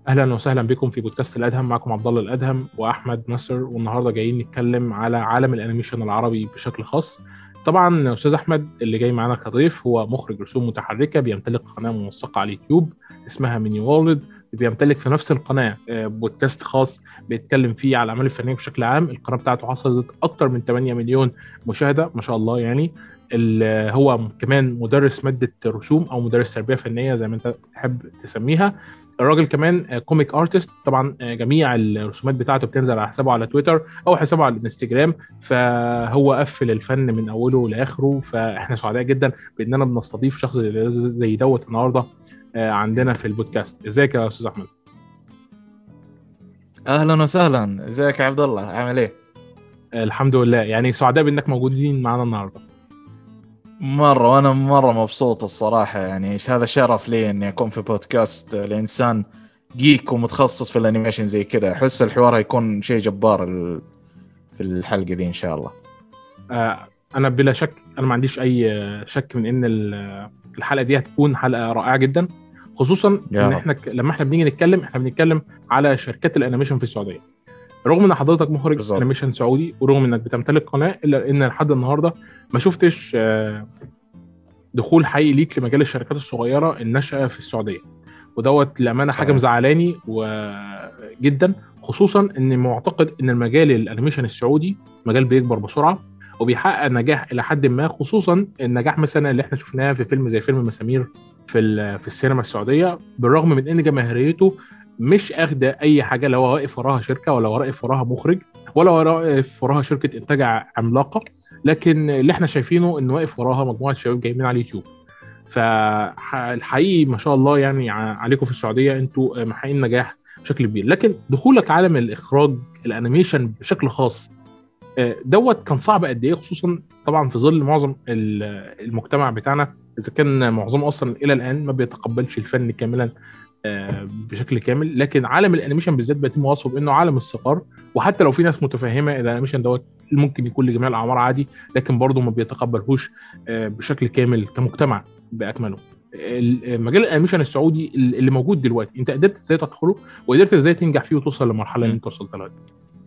اهلا وسهلا بكم في بودكاست الادهم. معكم عبد الله الادهم واحمد نصر، والنهارده جايين نتكلم على عالم الانيميشن العربي بشكل خاص. طبعا استاذ احمد اللي جاي معانا كضيف هو مخرج رسوم متحركه، بيمتلك قناه منسقه على اليوتيوب اسمها ميني وورلد. بيمتلك في نفس القناه بودكاست خاص بيتكلم فيه على الاعمال الفنيه بشكل عام. القناه بتاعته حصلت اكتر من 8 مليون مشاهده، ما شاء الله يعني. هو كمان مدرس ماده رسوم او مدرس تربيه فنيه زي ما انت تحب تسميها. الراجل كمان كوميك ارتست. طبعا جميع الرسومات بتاعته بتنزل على حسابه على تويتر او حسابه على الانستجرام. فهو قفل الفن من اوله لاخره، فاحنا سعداء جدا باننا بنستضيف شخص زي دوت النهارده عندنا في البودكاست. ازيك يا استاذ احمد؟ اهلا وسهلا، ازيك يا عبد الله؟ عامل ايه؟ الحمد لله، يعني سعداء بانك موجودين معانا النهارده. وانا مره مبسوط الصراحه، يعني هذا شرف لي اني اكون في بودكاست لانسان جيك ومتخصص في الانيميشن زي كذا. احس الحوار هيكون شيء جبار في الحلقه دي ان شاء الله. انا بلا شك، انا ما عنديش اي شك من ان الحلقه دي هتكون حلقه رائعه جدا. خصوصا يا ان رب. احنا لما احنا بنيجي نتكلم، احنا بنتكلم على شركات الانيميشن في السعوديه. رغم ان حضرتك مخرج بالضبط. انيميشن سعودي، ورغم انك بتمتلك قناه، الا ان لحد النهارده ما شفتش دخول حقيقي ليك لمجال الشركات الصغيره الناشئه في السعوديه. ودوت للامانه حاجه صحيح. مزعلاني وجدا. خصوصا ان معتقد ان المجال الانيميشن السعودي مجال بيكبر بسرعه وبيحقق نجاح الى حد ما، خصوصا النجاح مثلا اللي احنا شفناه في فيلم زي فيلم مسامير في السينما السعوديه. بالرغم من ان جماهيريته مش اخده اي حاجه، لا هو واقف وراها شركه، ولا هو واقف وراها مخرج، ولا هو واقف وراها شركه انتاج عملاقه. لكن اللي احنا شايفينه انه واقف وراها مجموعه شباب جايين على اليوتيوب. فالحقيقي ما شاء الله يعني عليكم في السعوديه، انتوا محققين نجاح بشكل كبير. لكن دخولك عالم الاخراج الانيميشن بشكل خاص دوت كان صعب قد ايه؟ خصوصا طبعا في ظل معظم المجتمع بتاعنا، اذا كان معظمه اصلا الى الان ما بيتقبلش الفن كاملا بشكل كامل. لكن عالم الانيميشن بالذات بيتم وصفه بانه عالم الصغار. وحتى لو في ناس متفهمه ان الانيميشن دوت ممكن يكون لجميع الاعمار عادي، لكن برضه ما بيتقبلهوش بشكل كامل كمجتمع باكمله. مجال الانيميشن السعودي اللي موجود دلوقتي، انت قدرت ازاي تدخله؟ وقدرت ازاي تنجح فيه وتوصل للمرحله اللي مم. انت وصلت لها؟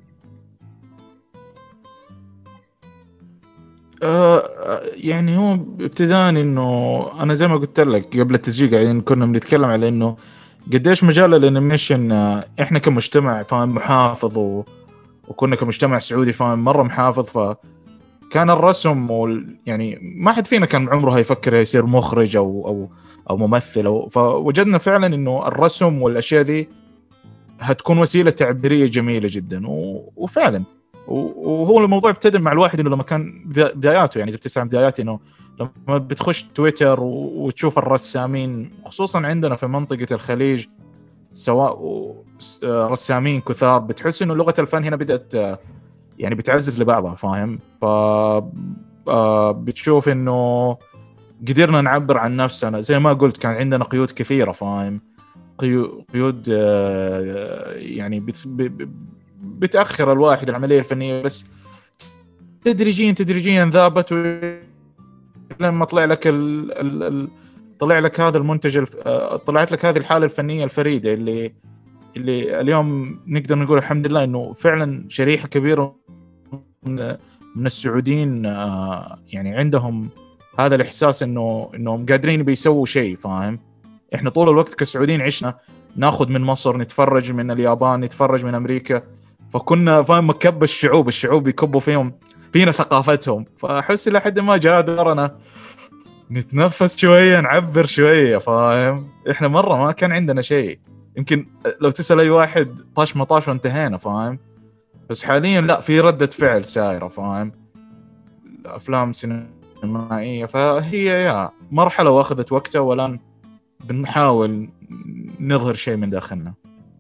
يعني هو ابتداء انه انا زي ما قلت لك قبل التسجيل قاعدين كنا بنتكلم على انه قديش مجال الانيميشن، احنا كمجتمع فاهم محافظ وكنا كمجتمع سعودي فاهم مرة محافظ. فكان الرسم يعني ما حد فينا كان عمره هيفكر يصير مخرج او ممثل فوجدنا فعلا انه الرسم والاشياء دي هتكون وسيلة تعبيرية جميلة جدا وفعلا وهو الموضوع ابتدى مع الواحد انه لما كان بداياته، يعني اذا بتسمع بدايات انه لما بتخش تويتر وتشوف الرسامين خصوصا عندنا في منطقة الخليج، سواء رسامين كثار، بتحس انه لغة الفن هنا بدأت يعني بتعزز لبعضها فاهم. بتشوف انه قدرنا نعبر عن نفسنا زي ما قلت، كان عندنا قيود كثيرة فاهم. قيود يعني بتأخر الواحد العملية الفنية، بس تدريجيا ذابت لما طلع لك طلع لك هذا المنتج طلعت لك هذه الحالة الفنية الفريدة اللي اليوم نقدر نقول الحمد لله انه فعلا شريحة كبيرة من السعوديين يعني عندهم هذا الاحساس انهم قادرين بيسووا شيء فاهم. احنا طول الوقت كسعوديين عشنا ناخذ من مصر، نتفرج من اليابان، نتفرج من امريكا، فكنا فاهم مكب الشعوب يكبوا فينا ثقافتهم. فاحس لحد ما جاء دورنا نتنفس شويه، نعبر شويه فاهم. احنا مره ما كان عندنا شيء، يمكن لو تسال اي واحد طاش مطاش وانتهينا فاهم. بس حاليا لا، في ردة فعل سايرة فاهم، افلام سينمائية. فهي يا مرحلة واخذت وقتها، والان بنحاول نظهر شيء من داخلنا.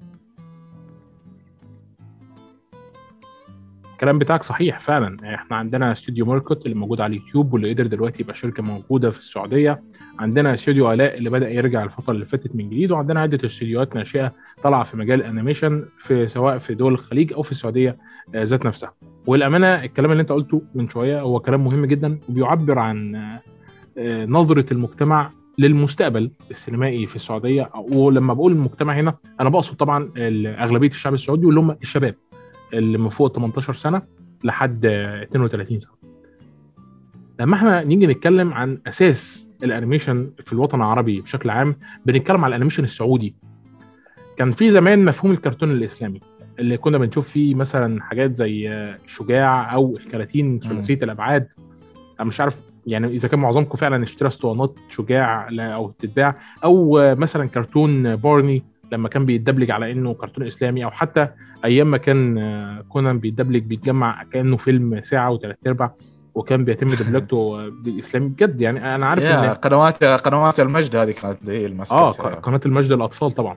الكلام بتاعك صحيح فعلا. احنا عندنا استوديو ماركت اللي موجود على اليوتيوب، واللي قدر دلوقتي يبقى شركه موجوده في السعوديه. عندنا استوديو الاء اللي بدا يرجع الفتره اللي فاتت من جديد. وعندنا عده استوديوهات ناشئه طالعه في مجال الانيميشن، في سواء في دول الخليج او في السعوديه ذات نفسها. والامانه الكلام اللي انت قلته من شويه هو كلام مهم جدا، وبيعبر عن نظره المجتمع للمستقبل السينمائي في السعوديه. ولما بقول المجتمع هنا انا بقصد طبعا اغلبيه الشعب السعودي واللي هم الشباب اللي من فوق 18 سنه لحد 32 سنه. لما احنا نيجي نتكلم عن اساس الانيميشن في الوطن العربي بشكل عام، بنتكلم على الانيميشن السعودي. كان في زمان مفهوم الكرتون الاسلامي اللي كنا بنشوف فيه مثلا حاجات زي شجاع او الكراتين ثلاثيه الابعاد. انا مش عارف يعني اذا كان معظمكم فعلا اشترى اسطوانات شجاع او تتباع، او مثلا كرتون بارني لما كان بيتدبلج على انه كرتون اسلامي، او حتى ايام ما كان كونان بيتدبلج بيتجمع كانه فيلم ساعه وثلاث ارباع وكان بيتم دبلجته بالاسلامي بجد. يعني انا عارف ان قنوات المجد هذه كانت هي الماسكتها قناه المجد للاطفال طبعا.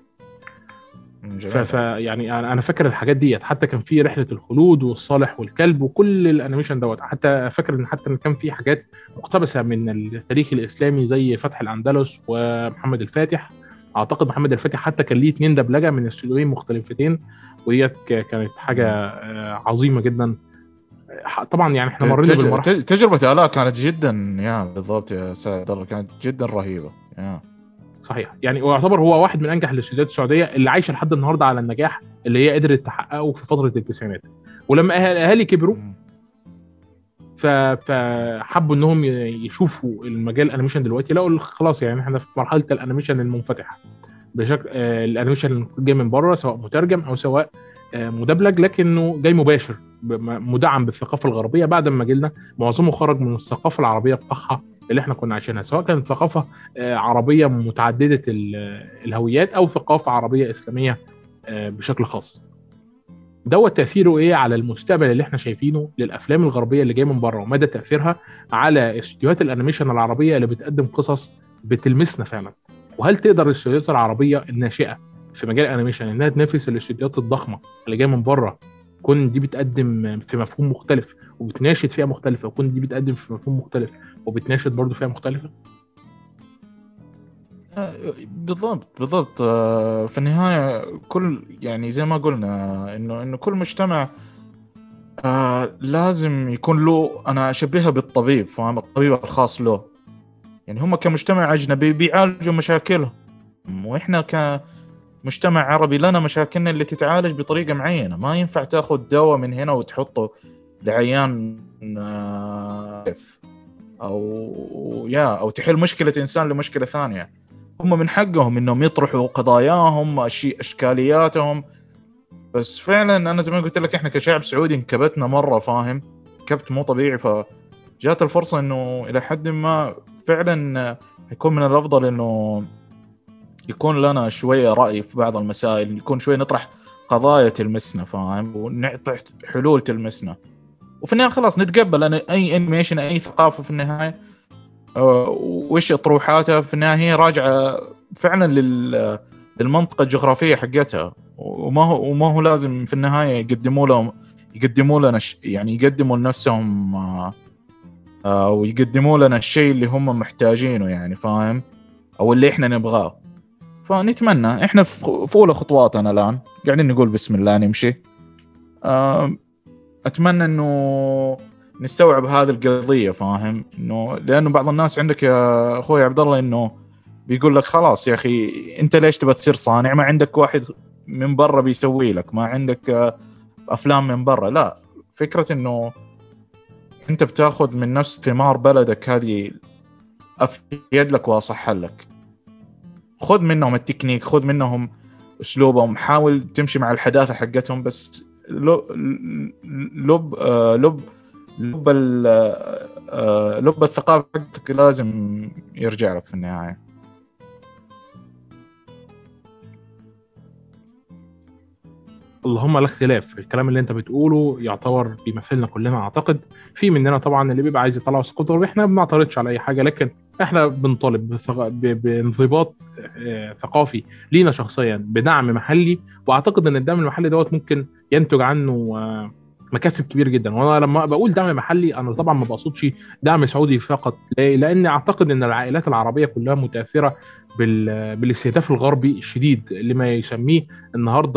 يعني انا فاكر الحاجات ديت، حتى كان في رحله الخلود والصالح والكلب وكل الانيميشن دوت. حتى فاكر ان كان في حاجات مقتبسه من التاريخ الاسلامي زي فتح الاندلس ومحمد الفاتح. اعتقد محمد الفاتح حتى كان ليه 2 دبلجه من استوديوهين مختلفتين، وديت كانت حاجه عظيمه جدا. طبعا يعني احنا مرينا بالمراحل. تجربه آلاء كانت جدا بالضبط يا سعد الله، كانت جدا رهيبه صحيح. يعني ويعتبر هو واحد من انجح الاستوديوهات السعوديه اللي عايشه لحد النهارده على النجاح اللي هي قدرت تحققه في فتره التسعينات. ولما اهالي كبروا فحبوا انهم يشوفوا المجال الانيميشن دلوقتي، لقوا خلاص يعني احنا في مرحله الانيميشن المنفتح بشكل الانيميشن اللي جاي من بره سواء مترجم او سواء مدبلج، لكنه جاي مباشر مدعم بالثقافه الغربيه بعد ما جيلنا معظمه خرج من الثقافه العربيه الفصحى اللي احنا كنا عايشينها، سواء كانت ثقافه عربيه متعدده الهويات او ثقافه عربيه اسلاميه بشكل خاص. دوت تاثيره ايه على المستقبل اللي احنا شايفينه للافلام الغربيه اللي جايه من بره، ومدى تاثيرها على استديوهات الانيميشن العربيه اللي بتقدم قصص بتلمسنا فعلا. وهل تقدر الاستديوهات العربيه الناشئه في مجال الانيميشن انها تنافس الاستديوهات الضخمه اللي جايه من بره، تكون دي بتقدم في مفهوم مختلف وبتناشد فئه مختلفه، وتكون دي بتقدم في مفهوم مختلف وبتناشد برضه فئه مختلفه؟ بالضبط. في النهايه كل يعني زي ما قلنا انه كل مجتمع لازم يكون له، انا اشبهها بالطبيب، فاهم؟ الطبيب الخاص له. يعني هم كمجتمع اجنبي بيعالجوا مشاكلهم، واحنا كمجتمع عربي لنا مشاكلنا اللي تتعالج بطريقه معينه. ما ينفع تاخذ دواء من هنا وتحطه لعيان او تحل مشكله انسان لمشكله ثانيه. هم من حقهم انهم يطرحوا قضاياهم اشكالياتهم، بس فعلا انا زي ما قلت لك احنا كشعب سعودي انكبتنا مره، فاهم؟ كبت مو طبيعي. فجات الفرصه انه الى حد ما فعلا يكون من الافضل انه يكون لنا شويه راي في بعض المسائل، يكون شويه نطرح قضايا تلمسنا، فاهم؟ ونعطي حلول تلمسنا. وفي النهايه خلاص نتقبل ان اي انيميشن اي ثقافه في النهايه وش اطروحاتها في النهايه هي راجعه فعلا للمنطقه الجغرافيه حقتها. وما هو لازم في النهايه يقدموا لنا يعني يقدموا لنفسهم ويقدموا لنا الشيء اللي هم محتاجينه، يعني فاهم؟ او اللي احنا نبغاه. فنتمنى احنا في اولى خطواتنا الان قاعدين نقول بسم الله نمشي. اتمنى انه نستوعب هذه القضيه، فاهم؟ انه لانه بعض الناس عندك يا اخوي عبد الله انه بيقول لك خلاص يا اخي انت ليش تبى تصير صانع؟ ما عندك واحد من برا بيسوي لك، ما عندك افلام من برا. لا، فكره انه انت بتاخذ من نفس ثمار بلدك هذه افيد لك واصح لك. خذ منهم التكنيك، خذ منهم اسلوبهم، حاول تمشي مع الحداثه حقتهم، بس لب الثقافه حقتك لازم يرجع لك في النهايه. اللهم لا اختلاف، الكلام اللي انت بتقوله يعتبر بيمثلنا كلنا. اعتقد في مننا طبعا اللي بيبقى عايز يطلع سقوط، احنا ما بنعترضش على اي حاجه، لكن احنا بنطالب بانضباط ثقافي لينا شخصيا، بدعم محلي. واعتقد ان الدعم المحلي دوت ممكن ينتج عنه مكاسب كبير جدا. وانا لما بقول دعم محلي انا طبعا ما بقصدش دعم سعودي فقط، لان اعتقد ان العائلات العربيه كلها متاثره بالاستهداف الغربي الشديد اللي ما يسميه النهارده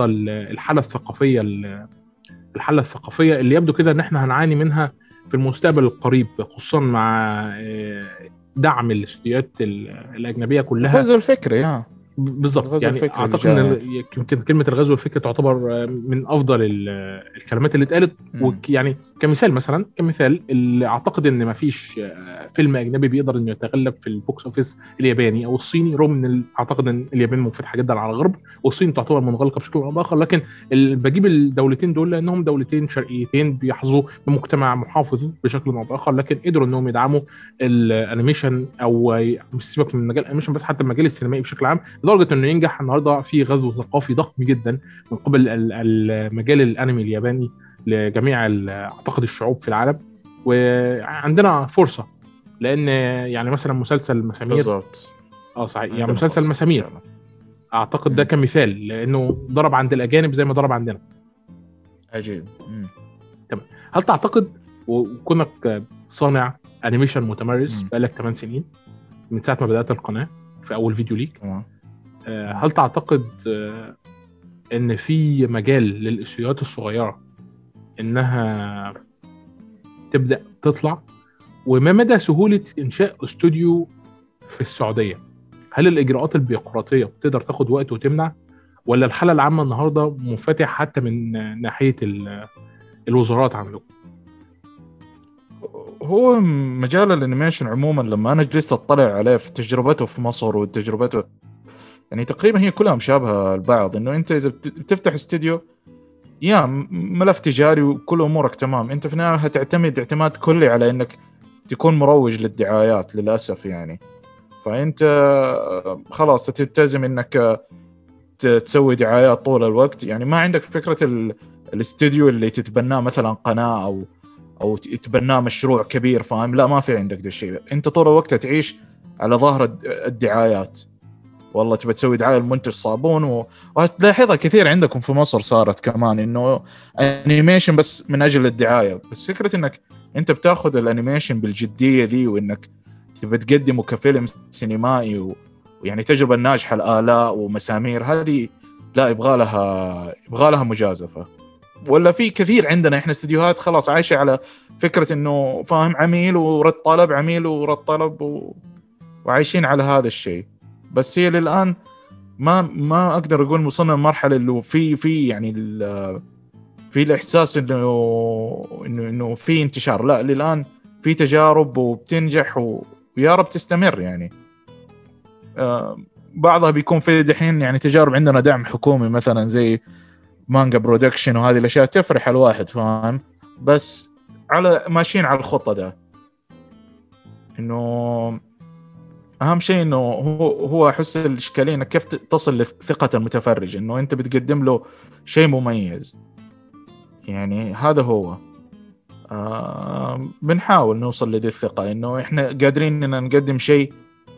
الحاله الثقافيه اللي يبدو كده ان احنا هنعاني منها في المستقبل القريب، خصوصا مع دعم الاستديوهات الاجنبيه كلها. الغزو الفكري بالظبط. الغزو يعني الفكري اللي اعتقد ان جاي. يمكن كلمه الغزو الفكري تعتبر من افضل الكلمات اللي اتقالت. يعني كمثال مثلا، اللي اعتقد ان ما فيش فيلم اجنبي بيقدر انه يتغلب في البوكس اوفيس الياباني او الصيني، رغم ان اعتقد ان اليابان منفتحه جدا على الغرب والصين تعتبر منغلقه بشكل او باخر، لكن بجيب الدولتين دول لانهم دولتين شرقيتين بيحظوا بمجتمع محافظ بشكل او باخر، لكن قدروا انهم يدعموا الانيميشن، او مش سيبك من مجال الانيميشن بس، حتى المجال السينمائي بشكل عام، لدرجه انه ينجح النهارده في غزو ثقافي ضخم جدا من قبل المجال الانمي الياباني لجميع اعتقد الشعوب في العالم. وعندنا فرصه، لان يعني مثلا مسلسل مسامير. بالضبط. صحيح، يعني عندنا مسلسل فرصة إن مسامير شاء الله. اعتقد ده كمثال، لانه ضرب عند الاجانب زي ما ضرب عندنا. عجيب. تمام. هل تعتقد، وكونك صانع انيميشن متمرس بقالك 8 سنين من ساعه ما بدات القناه في اول فيديو ليك، هل تعتقد ان في مجال للاستوديوهات الصغيره انها تبدا تطلع؟ وما مدى سهوله انشاء استوديو في السعوديه؟ هل الاجراءات البيروقراطيه بتقدر تاخد وقت وتمنع، ولا الحاله العامه النهارده منفتح حتى من ناحيه الوزارات عندكم؟ هو مجال الانيميشن عموما لما انا جلست اطلع عليه في تجربته في مصر وتجربته، يعني تقريبا هي كلها مشابهه البعض. انه انت اذا بتفتح استوديو ملف تجاري وكل امورك تمام، انت في النهايه هتعتمد اعتماد كلي على انك تكون مروج للدعايات للاسف يعني. فانت خلاص تلتزم انك تسوي دعايات طول الوقت، يعني ما عندك فكره الاستوديو اللي تتبناه مثلا قناه او تتبناه مشروع كبير، فاهم؟ لا، ما في عندك ده الشيء. انت طول الوقت تعيش على ظهر الدعايات. والله تبي تسوي دعايه لمنتج صابون وهتلاحظها كثير عندكم في مصر صارت كمان، انه انيميشن بس من اجل الدعايه. بس فكره انك انت بتاخذ الانيميشن بالجديه ذي، وانك تبي تقدمه كفيلم سينمائي ويعني تجربه ناجحه الالاء ومسامير، هذه لا، يبغى لها مجازفه. ولا في كثير عندنا احنا استديوهات خلاص عايشه على فكره انه فاهم عميل ورد طلب، عميل ورد طلب وعايشين على هذا الشيء. بس هي للان ما اقدر اقول وصلنا لمرحله اللي في يعني في الاحساس انه في انتشار. لا، للان في تجارب وبتنجح ويا رب تستمر يعني. بعضها بيكون في دحين يعني تجارب عندنا دعم حكومي مثلا زي مانجا برودكشن، وهذه الاشياء تفرح الواحد، فاهم؟ بس ماشيين على الخطه ده. انه اهم شيء انه هو احس الاشكاليه انك كيف تصل لثقه المتفرج، انه انت بتقدم له شيء مميز. يعني هذا هو. بنحاول نوصل لدي الثقه انه احنا قادرين ان نقدم شيء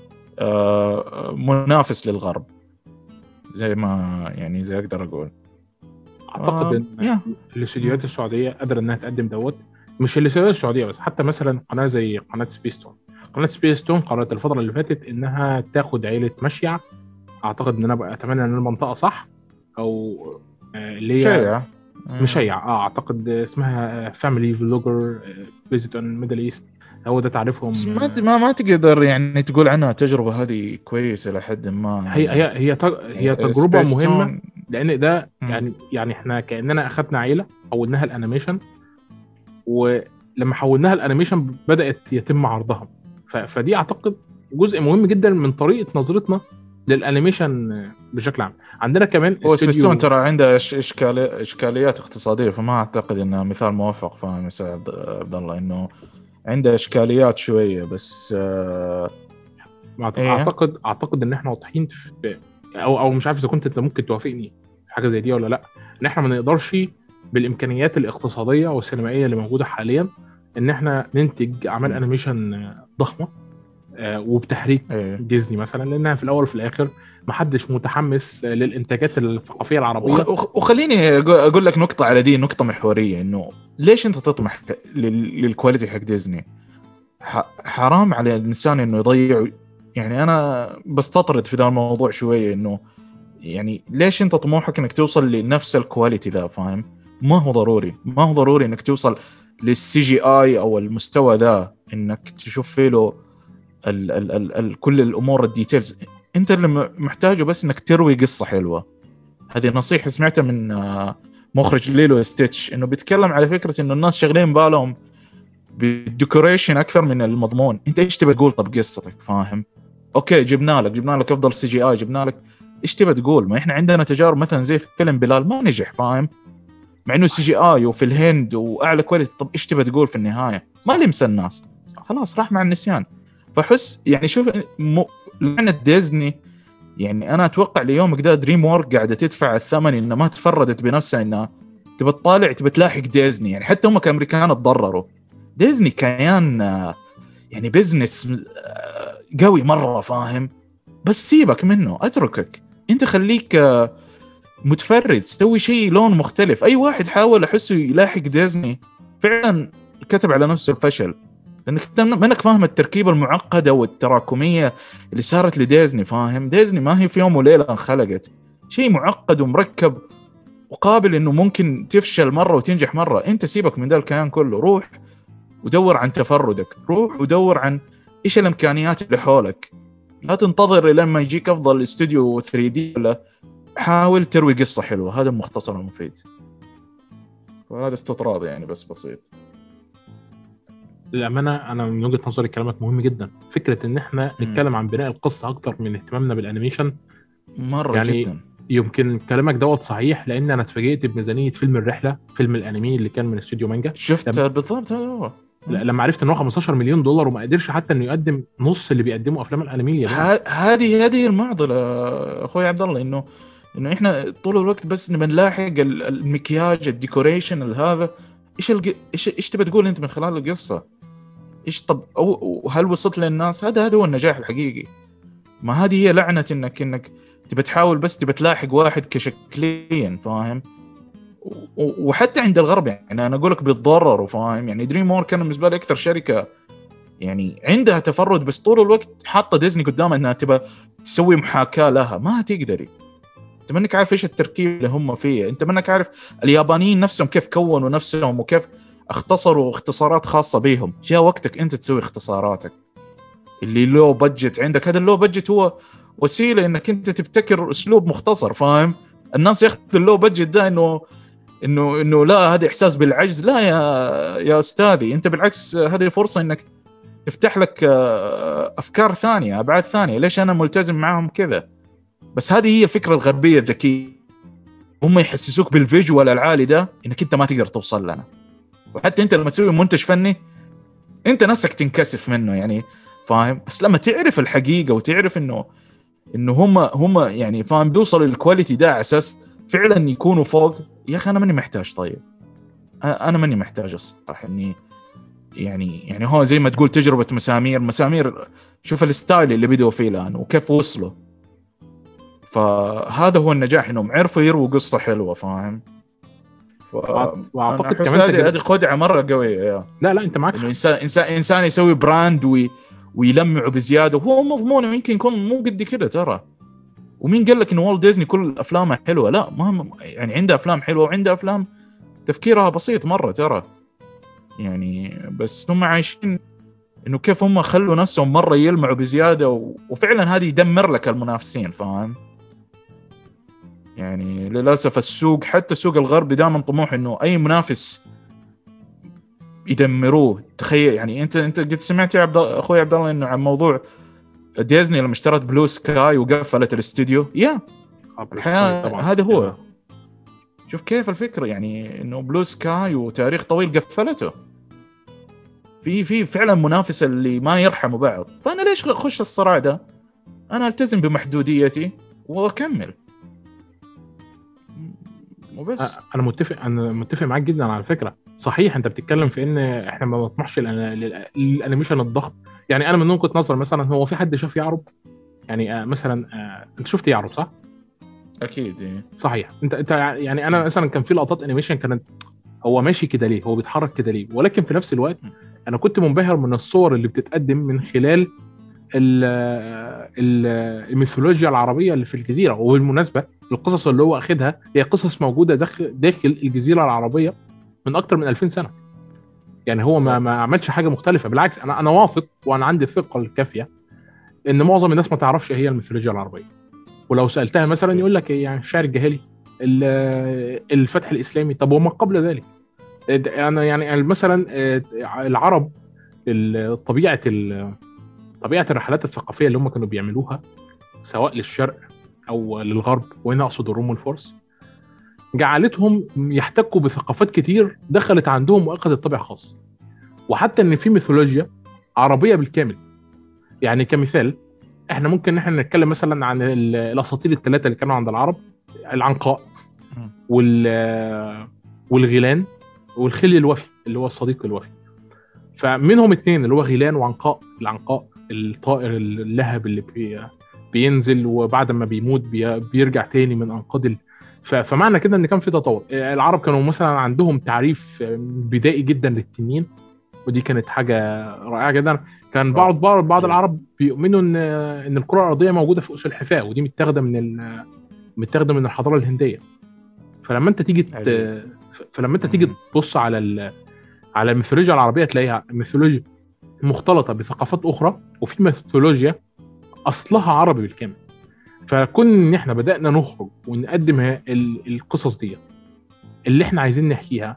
منافس للغرب، زي ما يعني زي اقدر اقول. اعتقد ان الاستديوهات السعوديه قادره انها تقدم دوت. مش الاستديوهات السعوديه بس، حتى مثلا قناه زي قناه سبيستون. قررت الفتره اللي فاتت انها تاخد عيله مشيع. اعتقد ان انا بقى اتمنى ان المنطقه صح، او اللي هي مشيع. اعتقد اسمها فاميلي فلوجر فيزيت اون ميدل ايست. هو ده تعرفهم. بس ما تقدر يعني تقول عنها تجربه هذه كويسه لحد ما يعني. هي تجربه مهمه، لان ده يعني احنا كاننا اخذنا عيله حولناها الانيميشن، ولما حولناها الانيميشن بدات يتم عرضها. فدي اعتقد جزء مهم جدا من طريقه نظرتنا للانيميشن بشكل عام. عندنا كمان هو سبيستون ترى عنده اشكاليات اقتصاديه، فما اعتقد انه مثال موفق، فاهم يا سعد عبد الله؟ انه عنده اشكاليات شويه بس. اعتقد ان احنا واضحين في، او مش عارف اذا كنت انت ممكن توافقني في حاجه زي دي ولا لا، ان احنا ما نقدرش بالامكانيات الاقتصاديه والسينمائيه اللي موجوده حاليا ان احنا ننتج اعمال انيميشن ضخمه وبتحريك ديزني مثلا، لانها في الاول وفي الاخر محدش متحمس للانتاجات الثقافيه العربيه. وخليني اقول لك نقطه على دي، نقطه محوريه، انه ليش انت تطمح للكواليتي حق ديزني؟ حرام على الانسان انه يضيع. يعني انا بستطرد في ذا الموضوع شويه، انه يعني ليش انت طموحك انك توصل لنفس الكواليتي ذا؟ فاهم؟ ما هو ضروري انك توصل للسي جي اي او المستوى ذا، انك تشوف فيه له كل الامور الديتيلز. انت اللي محتاجه بس انك تروي قصه حلوه. هذه نصيحه سمعتها من مخرج ليلو ستيتش، انه بيتكلم على فكره انه الناس شغالين بالهم بالديكوريشن اكثر من المضمون. انت ايش تبي تقول؟ طب قصتك فاهم؟ اوكي جبنا لك افضل سي جي اي، جبنا لك ايش تبي تقول؟ ما احنا عندنا تجارب مثلا زي فيلم بلال ما نجح، فاهم؟ مع انه سي جي اي وفي الهند واعلى كواليتي. طب ايش تبي تقول في النهايه؟ ما لمس الناس، خلاص راح مع النسيان. فحس يعني شوف لعنة ديزني. يعني انا اتوقع اليوم كده دريم وورك قاعده تدفع الثمن انها ما تفردت بنفسها، انها تبى تطالع تبى تلاحق ديزني. يعني حتى هم كامريكان تضرروا. ديزني كيان يعني بزنس قوي مره، فاهم؟ بس سيبك منه، اتركك انت، خليك متفرد، سوي شيء لون مختلف. اي واحد حاول احسه يلاحق ديزني فعلا كتب على نفسه الفشل، لانك منك فاهم التركيبه المعقده والتراكميه اللي صارت لديزني. فاهم؟ ديزني ما هي في يوم وليله انخلقت، شيء معقد ومركب وقابل انه ممكن تفشل مره وتنجح مره. انت سيبك من ذا الكيان كله، روح ودور عن تفردك، روح ودور عن ايش الامكانيات اللي حولك. لا تنتظر لما يجيك افضل استوديو 3D، ولا حاول تروي قصه حلوه. هذا المختصر المفيد. وهذا استطراد يعني بس بسيط. للأمانة أنا من وجهة نظري كلامك مهم جدا. فكرة إن إحنا نتكلم عن بناء القصة أكتر من اهتمامنا بالأنيميشن مرة يعني جدا. يمكن كلامك دوت صحيح، لأن أنا اتفاجئت بميزانية فيلم الرحلة، فيلم الأنمي اللي كان من استوديو مانجا. شفت بالضبط هذا هو. لما عرفت إن هو 15 مليون دولار وما قدرش حتى إنه يقدم نص اللي بيقدمه أفلام الأنمي الياباني. هذه المعضلة أخوي عبد الله، إنه إحنا طول الوقت بس نبى نلاحق المكياج، الديكوريشن، هذا. إيش تبى تقول أنت من خلال القصة؟ إيش طب وهل وصلت للناس؟ هذا هو النجاح الحقيقي. ما هذه هي لعنة إنك تبى تحاول بس تبى تلاحق واحد كشكليا، فاهم؟ وحتى عند الغرب يعني أنا أقولك بيتضرروا، فاهم؟ يعني دريم وورك كان بالنسبة لي أكثر شركة يعني عندها تفرد، بس طول الوقت حاطة ديزني قدامها إنها تبى تسوي محاكاة لها. ما هتقدري. أنت منك عارف إيش التركيب اللي هم فيه، أنت منك عارف اليابانيين نفسهم كيف كونوا نفسهم وكيف اختصروا اختصارات خاصة بيهم. جاء وقتك أنت تسوي اختصاراتك اللي لو بجت عندك. هذا اللو بجت هو وسيلة إنك أنت تبتكر أسلوب مختصر، فاهم؟ الناس ياخذ اللو بجت ده إنه لا، هذا إحساس بالعجز. لا يا أستاذي، أنت بالعكس هذه فرصة إنك تفتح لك أفكار ثانية، أبعاد ثانية. ليش أنا ملتزم معهم كذا؟ بس هذه هي الفكرة الغربية الذكية. هم يحسسوك بالفيجوال العالي ده إنك أنت ما تقدر توصل لنا. وحتى أنت لما تسوي منتج فني أنت نفسك تنكسف منه يعني، فاهم؟ بس لما تعرف الحقيقة وتعرف إنه هم يعني فاهم بيوصلوا للكواليتي ده على أساس فعلا يكونوا فوق. يا أخي أنا ماني محتاج. طيب أنا ماني محتاج الصراحة إني يعني هو زي ما تقول تجربة مسامير. شوف الستايل اللي بدوا فيه الآن وكيف وصلوا. فهذا هو النجاح، إنهم عرفوا يروا قصة حلوة، فاهم؟ واعتقد أنا كمان هذه خدعة مرة قوية. لا انت معاك إنه إنسان يسوي براند ويلمعه بزيادة وهو مضمونه يمكن يكون مو قد كده ترى. ومين قال لك إنه والت ديزني كل أفلامه حلوة؟ لا، ما يعني عنده أفلام حلوة وعنده أفلام تفكيرها بسيط مرة ترى يعني. بس هم عايشين إنه كيف هم خلوا نفسهم مرة يلمعوا بزيادة وفعلا هذه يدمر لك المنافسين، فاهم؟ يعني للأسف السوق، حتى السوق الغربي دائما طموح إنه أي منافس يدمروه. تخيل يعني أنت قد سمعت يا أخوي عبد الله إنه عن موضوع ديزني لما اشترت بلو سكاي وقفلت الاستوديو؟ هذا هو. شوف كيف الفكرة يعني، إنه بلو سكاي وتاريخ طويل قفلته. في فعلا منافسة اللي ما يرحموا بعض. فأنا ليش أخش الصراع ده؟ أنا ألتزم بمحدوديتي وأكمل وبس. انا متفق معاك جدا على فكره. صحيح انت بتتكلم في ان احنا ما بنطمحش للانيميشن الضخم. يعني انا من وجهه نظر مثلا، هو في حد شاف يعرب؟ يعني مثلا انت شفت يعرب صح؟ اكيد إيه. صحيح. انت يعني انا مثلا كان في لقطات انيميشن كانت هو ماشي كده ليه، هو بيتحرك كده ليه، ولكن في نفس الوقت انا كنت منبهر من الصور اللي بتتقدم من خلال الميثولوجيا العربيه اللي في الجزيره. وبالمناسبه القصص اللي هو اخدها هي قصص موجوده داخل الجزيره العربيه من اكتر من 2000 سنه. يعني هو ما عملش حاجه مختلفه، بالعكس انا واثق وانا عندي الثقه الكافيه ان معظم الناس ما تعرفش ايه هي الميثولوجيا العربيه. ولو سالتها مثلا يقول لك ايه يعني الشعر الجاهلي، الفتح الاسلامي. طب وما قبل ذلك؟ انا يعني مثلا العرب، طبيعه طبيعه الرحلات الثقافيه اللي هم كانوا بيعملوها سواء للشرق او للغرب، وهنا اقصد الروم والفرس، جعلتهم يحتكوا بثقافات كتير دخلت عندهم واخذت طابع خاص. وحتى ان في ميثولوجيا عربيه بالكامل. يعني كمثال، احنا ممكن ان احنا نتكلم مثلا عن الاساطير الثلاثه اللي كانوا عند العرب: العنقاء، والغيلان، والخل الوفي اللي هو الصديق الوفي. فمنهم اتنين اللي هو غيلان وعنقاء. العنقاء الطائر اللهب اللي بينزل وبعد ما بيموت بيرجع تاني من انقاض فمعنى كده ان كان في تطور. العرب كانوا مثلا عندهم تعريف بدائي جدا للتنين، ودي كانت حاجه رائعه جدا. كان بعض العرب بيؤمنوا ان الكره الارضيه موجوده في اسس الحفاء، ودي متاخده من الحضاره الهنديه. فلما انت تيجي تبص على الميثولوجيا العربيه تلاقيها ميثولوجيا مختلطه بثقافات اخرى، وفي ميثولوجيا اصلها عربي بالكامل. فكون ان احنا بدانا نخرج ونقدم القصص دي اللي احنا عايزين نحكيها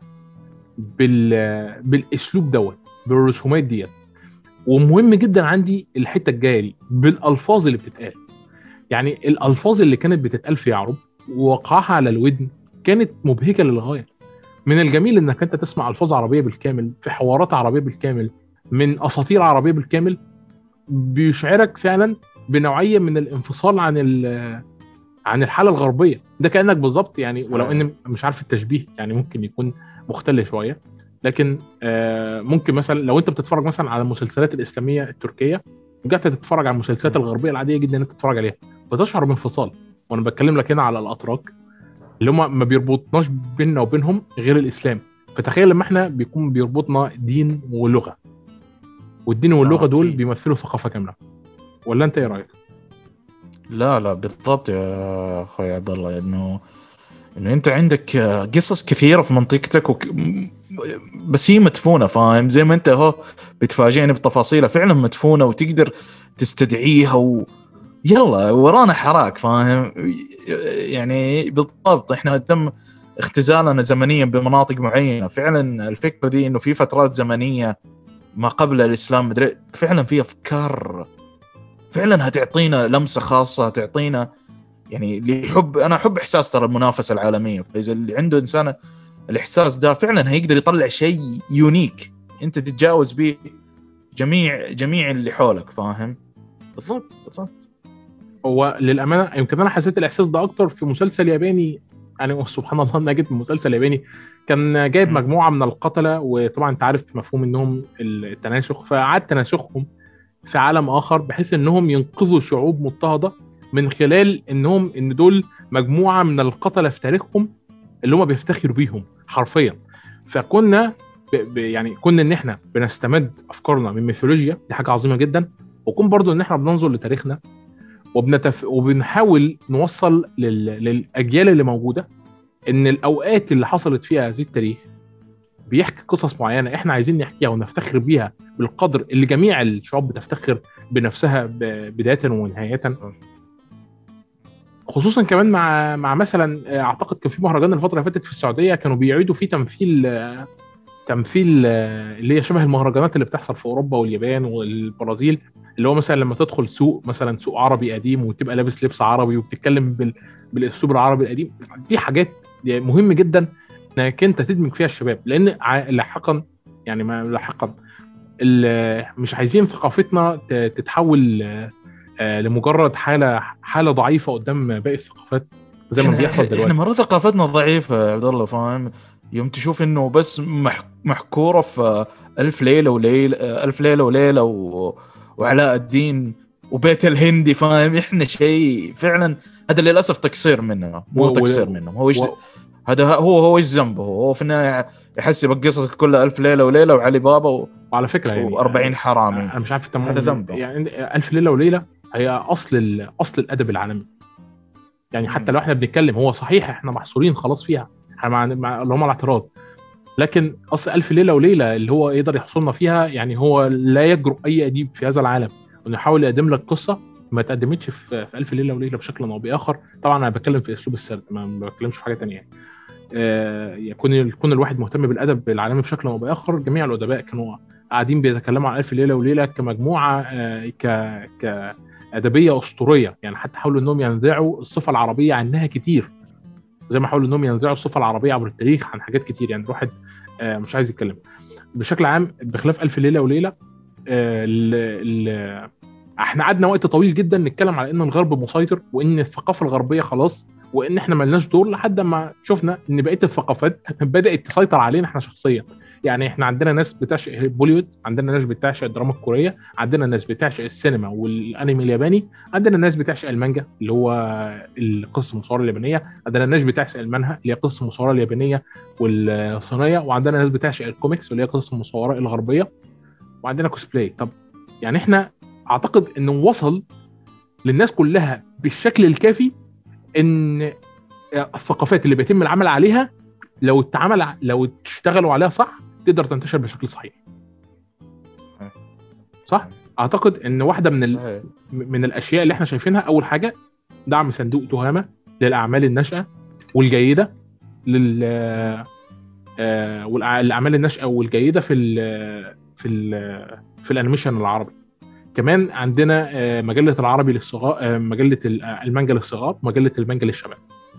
بالاسلوب دوت، بالرسومات ديت. ومهم جدا عندي الحته الجايه دي بالالفاظ اللي بتتقال. يعني الالفاظ اللي كانت بتتقال في يعرب ووقعها على الودن كانت مبهجه للغايه. من الجميل انك انت تسمع الفاظ عربيه بالكامل في حوارات عربيه بالكامل من اساطير عربيه بالكامل، بيشعرك فعلا بنوعيه من الانفصال عن الحاله الغربيه. ده كانك بالظبط يعني، ولو ان مش عارف التشبيه يعني ممكن يكون مختلف شويه، لكن ممكن مثلا لو انت بتتفرج مثلا على المسلسلات الاسلاميه التركيه ورجعت تتفرج على المسلسلات الغربيه العاديه جدا انت تتفرج عليها، بتشعر بانفصال. وانا بتكلم لك هنا على الاتراك اللي هم ما بيربطناش بيننا وبينهم غير الاسلام. فتخيل لما احنا بيكون بيربطنا دين ولغه، والدين واللغه دول بيمثلوا ثقافه كامله. ولا انت ايه رايك؟ لا بالضبط يا اخوي عبد الله، انه انت عندك قصص كثيره في منطقتك بس هي مدفونه، فاهم؟ زي ما انت اهو بتفاجئني بتفاصيلها فعلا مدفونه وتقدر تستدعيها يلا ورانا حراك، فاهم؟ يعني بالضبط احنا تم اختزالنا زمنيا بمناطق معينه. فعلا الفكره دي انه في فترات زمنيه ما قبل الاسلام فعلا في افكار فعلا هتعطينا لمسه خاصه، هتعطينا يعني اللي يحب. انا احب احساس ترى المنافسه العالميه، فاذا اللي عنده انسان الاحساس ده فعلا هيقدر يطلع شيء يونيك انت تتجاوز به جميع اللي حولك، فاهم؟ بالضبط. هو للامانه يمكن انا حسيت الاحساس ده اكتر في مسلسل ياباني. يعني سبحان الله اني جيت من مسلسل ياباني كان جايب مجموعه من القتله، وطبعا انت عارف مفهوم انهم التناسخ، فعاد تناسخهم في عالم اخر بحيث انهم ينقذوا شعوب مضطهده من خلال ان دول مجموعه من القتله في تاريخهم اللي هم بيفتخروا بيهم حرفيا. فكنا يعني كنا ان احنا بنستمد افكارنا من ميثولوجيا، دي حاجه عظيمه جدا. وكون برضو ان احنا بننظر لتاريخنا وبنحاول نوصل للاجيال اللي موجوده ان الاوقات اللي حصلت فيها هذه التاريخ بيحكي قصص معينه احنا عايزين نحكيها ونفتخر بيها بالقدر اللي جميع الشعوب بتفتخر بنفسها بدايه ونهايه. خصوصا كمان مع مثلا اعتقد كان في مهرجان الفتره اللي فاتت في السعوديه كانوا بيعيدوا فيه تمثيل اللي هي شبه المهرجانات اللي بتحصل في اوروبا واليابان والبرازيل، اللي هو مثلا لما تدخل سوق مثلا سوق عربي قديم وتبقى لابس لبس عربي وبتتكلم بالاسلوب العربي القديم. دي حاجات مهم جدا انك انت تدمج فيها الشباب، لان لاحقا يعني ما لاحقا مش عايزين ثقافتنا تتحول لمجرد حاله ضعيفه قدام باقي الثقافات زي ما بيحصل دلوقتي. احنا مره ثقافتنا ضعيفه يا عبد الله، فاهم؟ يوم تشوف انه بس محكوره في ألف ليله وليله وعلاء الدين وبيت الهندي، فاهم؟ احنا شيء فعلا هذا للاسف تقصير مننا، مو تقصير منهم. هو هذا هو ايش ذنبه؟ هو في النهايه يحسب القصص كلها ألف ليله وليله وعلي بابا وعلى فكره يعني و40 حرامي. انا مش عارف هذا ذنبه. يعني ألف ليله وليله هي اصل الادب العالمي. يعني حتى لو احنا بنتكلم هو صحيح احنا محصورين خلاص فيها، احنا اللي هم الاعتراض، لكن اصل ألف ليله وليله اللي هو يقدر يحصلنا فيها يعني هو لا يجرؤ اي اديب في هذا العالم انه يحاول يقدم لك قصه ما تقدمتش في الف ليله وليله بشكل او باخر. طبعا انا بتكلم في اسلوب السرد، ما بتكلمش في حاجه تانية يعني. يكون الواحد مهتم بالادب العالمي بشكل او باخر. جميع الادباء كانوا قاعدين بيتكلموا عن الف ليله وليله كمجموعه كادبيه اسطوريه يعني. حتى حاولوا انهم ينزعوا الصفه العربيه عنها كتير، زي ما حاولوا انهم ينزعوا الصفه العربيه عبر التاريخ عن حاجات كتير يعني. الواحد مش عايز يتكلم بشكل عام بخلاف الف ليله وليله. احنا قعدنا وقت طويل جدا نتكلم على ان الغرب مسيطر وان الثقافه الغربيه خلاص وان احنا ملناش دور، لحد ما شفنا ان بقيه الثقافات بدات تسيطر علينا احنا شخصيا. يعني احنا عندنا ناس بتعشق بوليوود، عندنا ناس بتعشق الدراما الكوريه، عندنا ناس بتعشق السينما والانمي الياباني، عندنا ناس بتعشق المانجا اللي هو القصه المصوره اليابانيه، عندنا ناس بتعشق المانهوا اللي هي قصه المصوره اليابانيه والصينيه، وعندنا ناس بتعشق الكوميكس اللي هي قصه المصوره الغربيه، وعندنا كوسبلاي. طب يعني احنا اعتقد انه وصل للناس كلها بالشكل الكافي ان الثقافات اللي بيتم العمل عليها لو اشتغلوا عليها صح تقدر تنتشر بشكل صحيح. صح؟ اعتقد ان واحده من الاشياء اللي احنا شايفينها، اول حاجه دعم صندوق تهامه للاعمال الناشئه والجيده والاعمال الناشئه والجيده في الانيميشن العربي. كمان عندنا مجله العربي للصغار، مجله المانجا للصغار، مجله المانجا للشباب.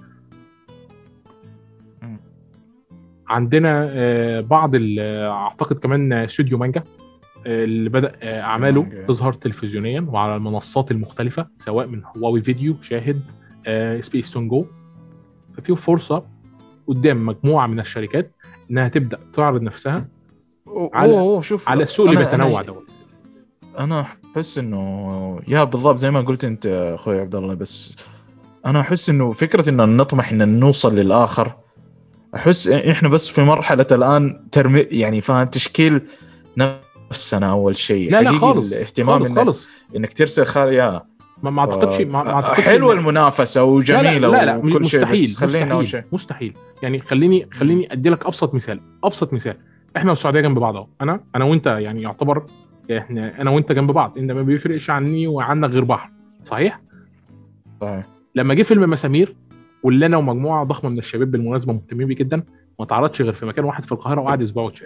عندنا بعض اعتقد كمان استوديو مانجا اللي بدأ اعماله تظهر تلفزيونيا وعلى المنصات المختلفه سواء من هواوي فيديو، شاهد، سبيس تون جو. ففي فرصه قدام مجموعه من الشركات انها تبدا تعرض نفسها على السوق اللي بيتنوع دوت. انا احس انه بالضبط زي ما قلت انت اخوي عبد الله، بس انا احس انه فكره انه نطمح ان نوصل للاخر، احس احنا بس في مرحله الان يعني فاهم تشكيل نفسنا اول شيء. لا خالص الاهتمام خالص انك ترسل خارج ما اعتقدش حلوه المنافسه وجميله لا وكل شيء، بس خلينا اول شيء مستحيل يعني. خليني ادي لك ابسط مثال. احنا والسعوديه جنب بعض اهو. انا وانت يعني يعتبر احنا انا وانت جنب بعض، انت ما بيفرقش عني وعنك غير بحر. صحيح. لما جه فيلم مسامير واللي انا ومجموعه ضخمه من الشباب بالمناسبه مهتمين بيه جدا، ما اتعرضش غير في مكان واحد في القاهره وقعد اسبوع وتشال.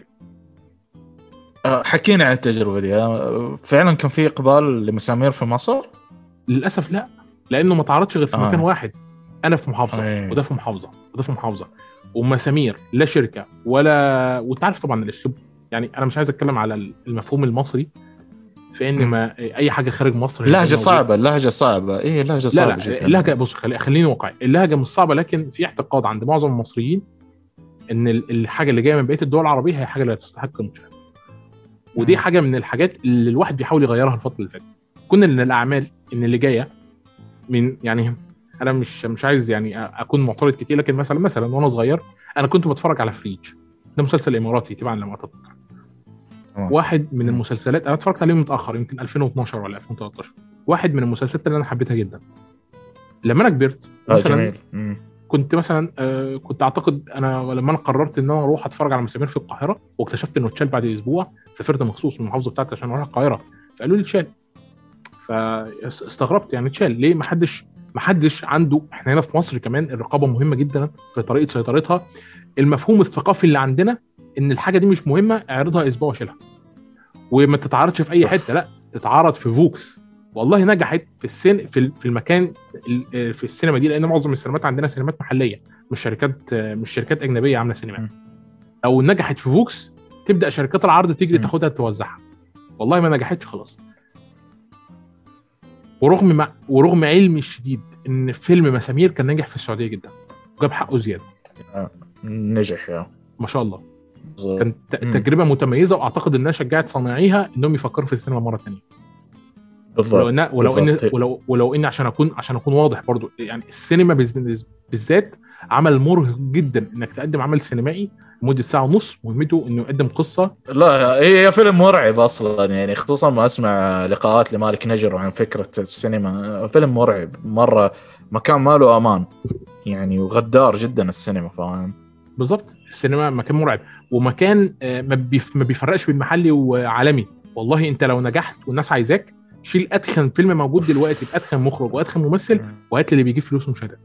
حكينا عن التجربه دي. فعلا كان في اقبال لمسامير في مصر؟ للاسف لا، لانه ما اتعرضش غير في مكان واحد. انا في محافظه وده في محافظه وده في محافظه، ومسامير لا شركه ولا، وانت عارف طبعا الاسلوب يعني. انا مش عايز اتكلم على المفهوم المصري في ان ما اي حاجه خارج مصر اللهجه صعبه اللهجه صعبه لا اللهجه بص خليني واقعي. اللهجه مش صعبه، لكن في اعتقاد عند معظم المصريين ان الحاجه اللي جايه من بقيه الدول العربيه هي حاجه لا تستحق المشاهده. ودي حاجه من الحاجات اللي الواحد بيحاول يغيرها الفتره اللي فاتت. كنا ان الاعمال ان اللي جايه من يعني، انا مش عايز يعني اكون معترض كتير، لكن مثلا وانا صغير انا كنت بتفرج على فريج. ده مسلسل اماراتي تبعا لما اتذكر، واحد من المسلسلات انا اتفرجت عليه متاخر يمكن 2012 ولا 2013. واحد من المسلسلات اللي انا حبيتها جدا. لما انا كبرت مثلا كنت مثلا كنت اعتقد لما انا قررت ان انا اروح اتفرج على مسامير في القاهره، واكتشفت انه اتشال بعد اسبوع، سافرت مخصوص من المحافظه بتاعتي عشان اروح القاهره، فقالوا لي اتشال. فاستغربت يعني اتشال ليه؟ ما حدش عنده. احنا هنا في مصر كمان الرقابه مهمه جدا في طريقه سيطرتها. المفهوم الثقافي اللي عندنا ان الحاجه دي مش مهمه، اعرضها اسبوع وشيلها وما تتعرضش في اي حته، لا تتعرض في فوكس. والله نجحت في المكان في السينما دي، لان معظم السينمات عندنا سينمات محليه، مش شركات اجنبيه عامله سينما. او نجحت في فوكس تبدا شركات العرض تجري تاخدها توزعها. والله ما نجحتش خلاص. ورغم علمي الشديد ان فيلم مسامير كان ناجح في السعوديه جدا وجاب حقه زياده. نجح ما شاء الله. كانت تجربه متميزه، واعتقد انها شجعت صانعيها انهم يفكروا في السينما مره ثانيه. ولو ان عشان اكون واضح برضو يعني، السينما بالذات عمل مرهق جدا. انك تقدم عمل سينمائي لمده ساعه ونص مهمته انه يقدم قصه. لا هي فيلم مرعب اصلا يعني، خصوصا ما اسمع لقاءات لمالك نجر عن فكره السينما. فيلم مرعب مره، مكان ماله امان يعني، وغدار جدا السينما. فاهم بالظبط. السينما مكان مرعب، ومكان ما بيفرقش بين محلي وعالمي. والله انت لو نجحت والناس عايزاك، شيل اتخن فيلم موجود دلوقتي باتخن مخرج واتخن ممثل وهات لي اللي بيجيب فلوس ومشاهدات.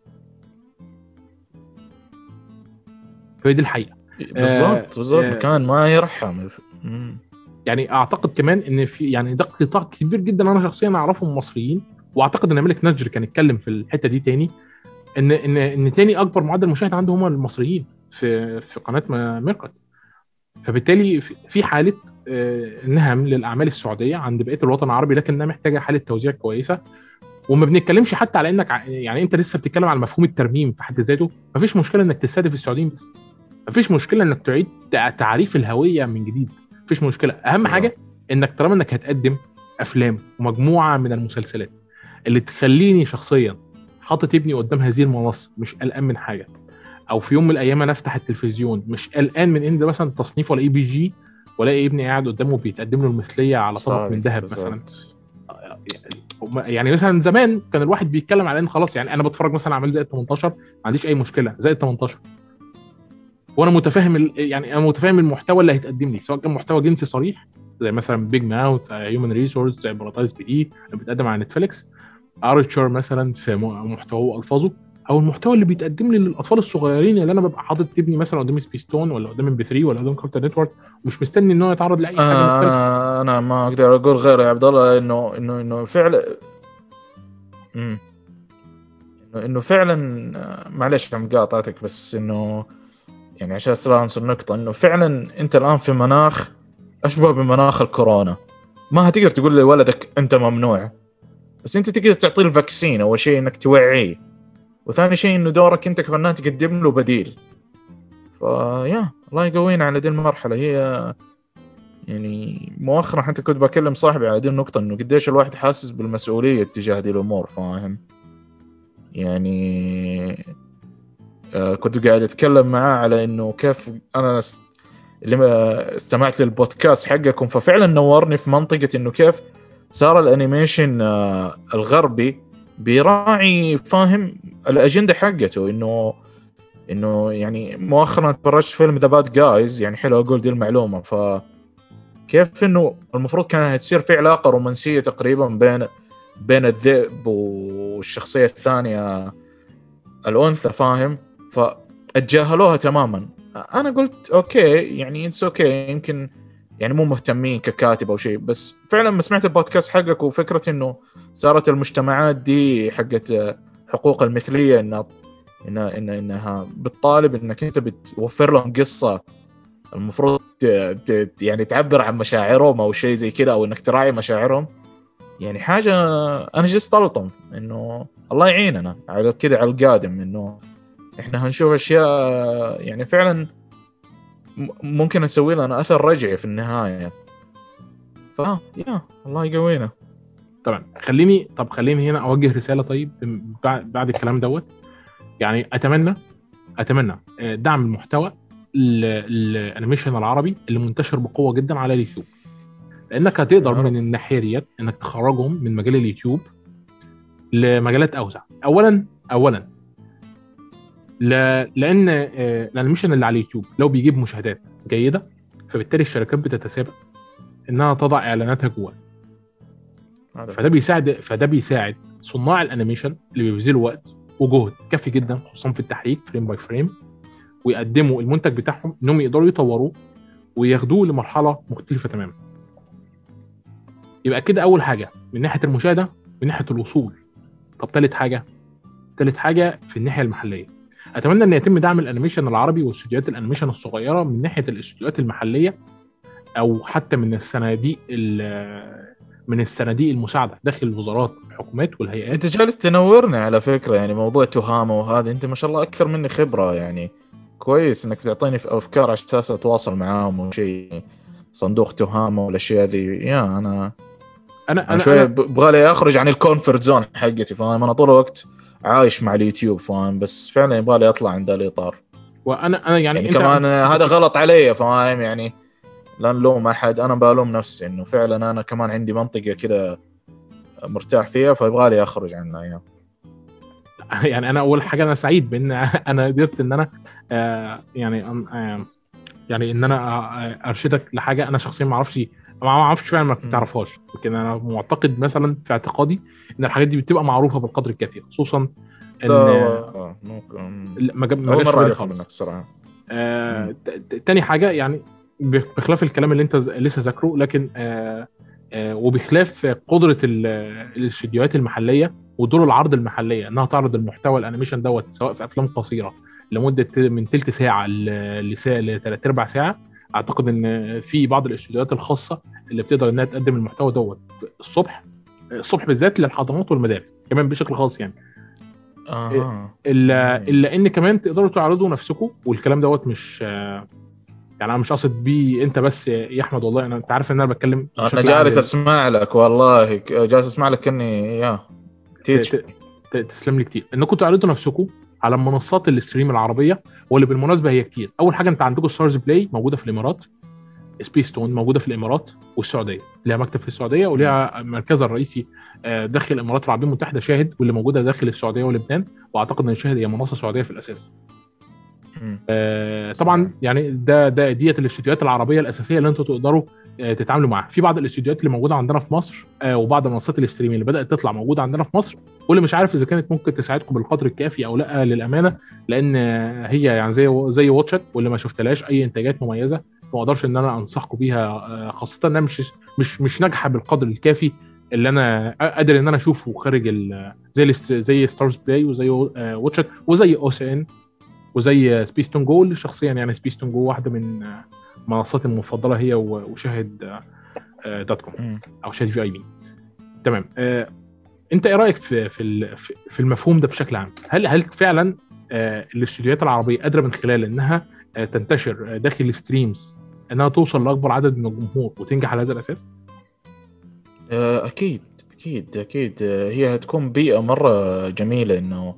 فهي دي الحقيقه. بالضبط كان ما يرحم. يعني اعتقد كمان ان في يعني ده قطاع كبير جدا انا شخصيا اعرفهم مصريين، واعتقد ان ملك نجر كان اتكلم في الحته دي تاني، ان تاني اكبر معدل مشاهده عندهم هم المصريين في قناه ميركات. فبالتالي في حاله نهم للاعمال السعوديه عند بقيه الوطن العربي، لكنها محتاجه حاله توزيع كويسه. وما بنتكلمش حتى على انك يعني انت لسه بتتكلم على مفهوم الترميم في حد ذاته. مفيش مشكله انك تستهدف السعوديين بس، مفيش مشكله انك تعيد تعريف الهويه من جديد، مفيش مشكله. اهم حاجه انك طالما انك هتقدم افلام ومجموعه من المسلسلات اللي تخليني شخصيا حاطط ابني قدام هذه المنصه مش قلقان من حاجه، او في يوم من الايام انا افتح التلفزيون مش قلقان من ان ده مثلا تصنيف ولا ABG، ولا ابني قاعد قدامه بيتقدم له المثليه على طبق من ذهب مثلا. يعني مثلا زمان كان الواحد بيتكلم على ان خلاص يعني انا بتفرج مثلا على اعمال زائد 18 ما عنديش اي مشكله زائد 18، وانا متفاهم يعني انا متفاهم المحتوى اللي هيتقدم لي، سواء كان محتوى جنسي صريح زي مثلا بيج ماوث، هيومن ريسورس، زي بارادايس بي اللي بيتقدم على نتفليكس، ارشر مثلا في محتواه والفاظه، او المحتوى اللي بيتقدم لي للاطفال الصغيرين اللي انا ببقى حاطط ابني مثلا قدام سبيستون ولا قدام ام بي 3 ولا قدام كارتون نتورك ومش مستني ان هو يتعرض لاي حاجه مختلفه. انا ما اقدر اقول غير يا عبد الله انه فعلا انه فعلا معلش عم قاطعتك، بس انه يعني عشان انسى النقطه انه فعلا انت الان في مناخ اشبه بمناخ الكورونا. ما هتقدر تقول لولدك انت ممنوع، بس انت تقدر تعطيه الفاكسين. اول شيء انك توعيه، وثاني شيء انه دورك انت كفنان تقدم له بديل. فيا الله يقوينا على دي المرحله. هي يعني مؤخرا حتى كنت بكلم صاحبي على دي النقطه، انه قديش الواحد حاسس بالمسؤوليه تجاه هذه الامور، فاهم يعني. كنت قاعد اتكلم معاه على انه كيف انا اللي استمعت للبودكاست حقكم، ففعلا نورني في منطقة انه كيف صار الانيميشن الغربي بيراعي فاهم الاجندة حقته. انه يعني مؤخرا تفرجت فيلم ذا باد جايز، يعني حلو اقول دي المعلومة. فكيف انه المفروض كانت تصير في علاقة رومانسية تقريبا بين الذئب والشخصية الثانية الأنثى، فاهم، فاتجاهلوها تماما. انا قلت اوكي يعني اتس اوكي، يمكن يعني مو مهتمين ككاتب او شيء، بس فعلا ما سمعت البودكاست حقك وفكرة انه صارت المجتمعات دي حقت حقوق المثلية انها بتطالب انك انت بتوفر لهم قصة المفروض يعني تعبر عن مشاعرهم او شيء زي كده، او انك تراعي مشاعرهم. يعني حاجة انا جلست طلطم انه الله يعيننا على كده على القادم، انه احنا هنشوف اشياء يعني فعلا ممكن نسوي لنا اثر رجعي في النهايه. يا الله يقوينا. طبعا خليني هنا اوجه رساله. طيب بعد الكلام دوت، يعني اتمنى دعم المحتوى الانيميشن العربي اللي منتشر بقوه جدا على اليوتيوب، لانك هتقدر من الناحيه ديت انك تخرجهم من مجال اليوتيوب لمجالات اوسع. اولا لان الانيميشن اللي على اليوتيوب لو بيجيب مشاهدات جيده، فبالتالي الشركات بتتسابق انها تضع اعلاناتها جواه. فده بيساعد صناع الانيميشن اللي بيبذلوا وقت وجهد كافي جدا خصوصا في التحريك فريم باي فريم، ويقدموا المنتج بتاعهم انهم يقدروا يطوروه وياخدوه لمرحله مختلفه تماما. يبقى كده اول حاجه من ناحيه المشاهده، من ناحيه الوصول. طب ثالث حاجه في الناحيه المحليه، اتمنى ان يتم دعم الانيميشن العربي واستوديوهات الانيميشن الصغيره من ناحيه الاستوديوهات المحليه، او حتى من الصناديق المساعده داخل الوزارات والحكومات والهيئات. انت جالس تنورني على فكره، يعني موضوع تهامه وهذا انت ما شاء الله اكثر مني خبره، يعني كويس انك تعطيني في افكار عشان اساس اتواصل معاهم وشيء صندوق تهامه والاشياء ذي. يا انا شويه بغالي اخرج عن الكونفورت زون حقتي، فاهم، انا طول الوقت عايش مع اليوتيوب، فاهم، بس فعلا يبغالي اطلع عند الاطار. وانا يعني انت كمان هذا غلط علي، فاهم، يعني لا نلوم احد، انا بلوم نفسي انه فعلا انا كمان عندي منطقه كده مرتاح فيها، فيبغالي اخرج عنها. يعني انا اول حاجه انا سعيد بان انا قدرت ان انا يعني ان انا ارشدك لحاجه انا شخصيا ما اعرفش ما اعرفش فعلا، ما تعرفهاش، لكن انا معتقد مثلا في اعتقادي ان الحاجات دي بتبقى معروفه بالقدر الكافي، خصوصا لا ان ممكن ما اول جاش في مره بالي اعرفها خالص. منك صراحه. تاني حاجه يعني، بخلاف الكلام اللي انت لسه ذاكره، لكن وبخلاف قدره الاستديوهات المحليه ودور العرض المحليه انها تعرض المحتوى الانيميشن دوت، سواء في افلام قصيره لمده من تلت ساعه لساعه لثلاث ارباع ساعه. اعتقد ان في بعض الاستديوهات الخاصه اللي بتقدر انها تقدم المحتوى دوت الصبح بالذات للحضانات والمدارس كمان بشكل خاص يعني. اها. الا ان كمان تقدروا تعرضوا نفسكم، والكلام دوت مش يعني انا مش قاصد بيه انت بس يا احمد، والله انت عارف ان انا بتكلم انا بشكل عام جالس اسمع لك والله، جالس اسمع لك اني يا ت- تيتش. ت- تسلم لي كتير انكم تعرضوا نفسكم على منصات الاستريم العربيه، واللي بالمناسبه هي كتير. اول حاجه انت عندكم ستارز بلاي موجوده في الامارات، سبيس تون موجوده في الامارات والسعوديه، ليها مكتب في السعوديه وليها مركزها الرئيسي داخل الامارات العربيه المتحده شاهد، واللي موجوده داخل السعوديه ولبنان، واعتقد ان شاهد هي منصه سعوديه في الاساس. صحيح. طبعا يعني ده ديت الاستوديوهات العربيه الاساسيه اللي انتوا تقدروا تتعاملوا معاها. في بعض الاستوديوهات اللي موجوده عندنا في مصر وبعض منصات الاستريمينج اللي بدات تطلع موجوده عندنا في مصر، واللي مش عارف اذا كانت ممكن تساعدكم بالقدر الكافي او لا للامانه، لان هي يعني زي واتشت، واللي ما شفتلهاش اي انتاجات مميزه، ما اقدرش ان انا انصحكم بيها، خاصه انها مش ناجحه بالقدر الكافي اللي انا قادر ان انا اشوفه خارج زي ستارز بلاي وزي واتشت وزي او سي ان وزي سبيستون جو. شخصيا يعني سبيستون جو واحده من منصاتي المفضله، هي وشاهد دوت كوم او شاهد في اي بي. تمام. انت ايه رايك في المفهوم ده بشكل عام؟ هل فعلا الاستوديوهات العربيه قادره من خلال انها تنتشر داخل الستريمز انها توصل لاكبر عدد من الجمهور وتنجح على هذا الاساس؟ اكيد اكيد اكيد. هي هتكون بيئه مره جميله انه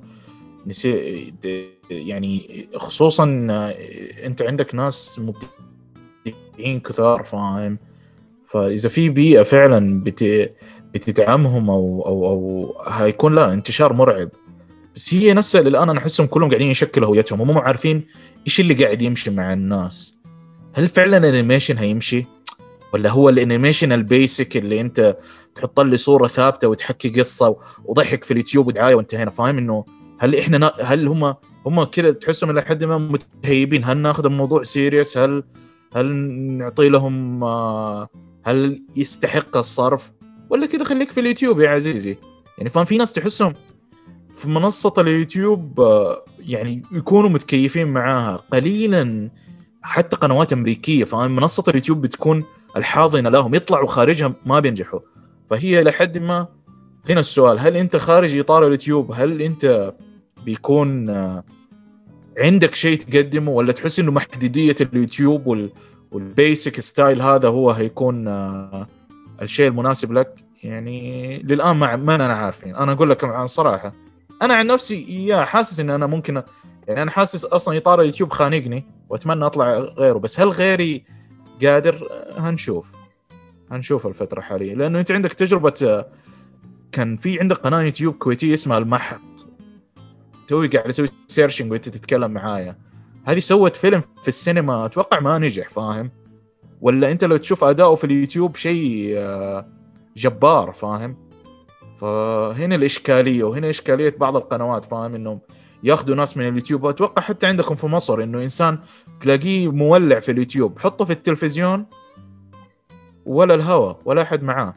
يعني خصوصا انت عندك ناس مبدعين كثار فاهم. فاذا في بيئه فعلا بتدعمهم او هيكون لا انتشار مرعب. بس هي نفسها للان انا احسهم كلهم قاعدين يشكلوا هويتهم، هم مو عارفين ايش اللي قاعد يمشي مع الناس. هل فعلا الانيميشن هيمشي، ولا هو الانيميشن البيسك اللي انت تحط لي صوره ثابته وتحكي قصه وضحك في اليوتيوب ودعايه وانتهينا؟ فاهم انه هل احنا هل هم كذا تحسهم الى حد ما متهيبين؟ هل ناخذ الموضوع سيريس؟ هل نعطي لهم هل يستحق الصرف، ولا كذا خليك في اليوتيوب يا عزيزي؟ يعني فاهم في ناس تحسهم في منصة اليوتيوب يعني يكونوا متكيفين معاها قليلا. حتى قنوات أمريكية فاهم منصة اليوتيوب بتكون الحاضنة لهم، يطلعوا خارجها ما بينجحوا. فهي لحد ما هنا السؤال، هل أنت خارج إطار اليوتيوب هل أنت بيكون عندك شيء تقدمه، ولا تحس إنه محدودية اليوتيوب والبيسك ستايل هذا هو هيكون الشيء المناسب لك؟ يعني للآن ما أنا عارفين. أنا أقول لك عن صراحة، أنا عن نفسي حاسس إن أنا ممكن يعني أنا حاسس أصلا إطار اليوتيوب خانقني وأتمنى أطلع غيره، بس هل غيري قادر؟ هنشوف الفترة الحالية. لأنه أنت عندك تجربة، كان في عندك قناة يوتيوب كويتية اسمها المحط، توي قاعد أسوي سيرشنج وأنت تتكلم معايا. هذه سوت فيلم في السينما أتوقع ما نجح فاهم، ولا أنت لو تشوف أداؤه في اليوتيوب شيء جبار فاهم. فهنا الإشكالية، وهنا إشكالية بعض القنوات فاهم إنهم ياخذوا ناس من اليوتيوب. أتوقع حتى عندكم في مصر إنه إنسان تلاقيه مولع في اليوتيوب حطه في التلفزيون ولا الهوا ولا أحد معاه،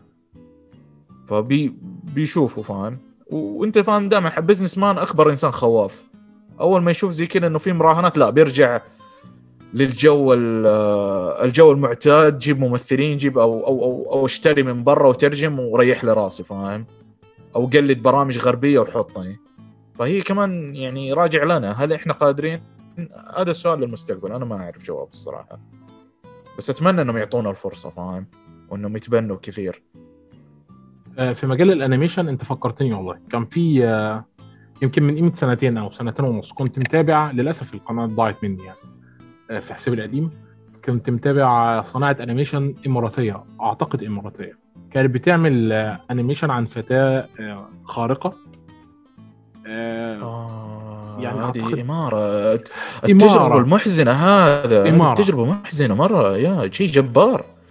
بيشوفوا فاهم. وانت فاهم دائما بزنس مان اكبر انسان خواف، اول ما يشوف زي كذا انه في مراهنات لا بيرجع للجو الجو المعتاد، جيب ممثلين، جيب او اشتري من برا وترجم وريح لي راسي فاهم، او قلد برامج غربيه وحطني. فهي كمان يعني راجع لنا، هل احنا قادرين؟ هذا السؤال للمستقبل، انا ما اعرف جواب الصراحه، بس اتمنى انهم يعطونا الفرصه فاهم، وانهم يتبنوا كثير. في مجال الانيميشن انت فكرتني والله، كان في يمكن من قيمه سنتين او سنتين ونص كنت متابع، للاسف القناه ضاعت مني يعني في حسابي القديم. كنت متابع صناعه انيميشن اماراتيه، اعتقد اماراتيه، كانت بتعمل انيميشن عن فتاه خارقه. يعني هذه اعتقد إمارة. التجربة اماره المحزنة هذه اماره التجربة محزنة مرة، يا شيء جبار.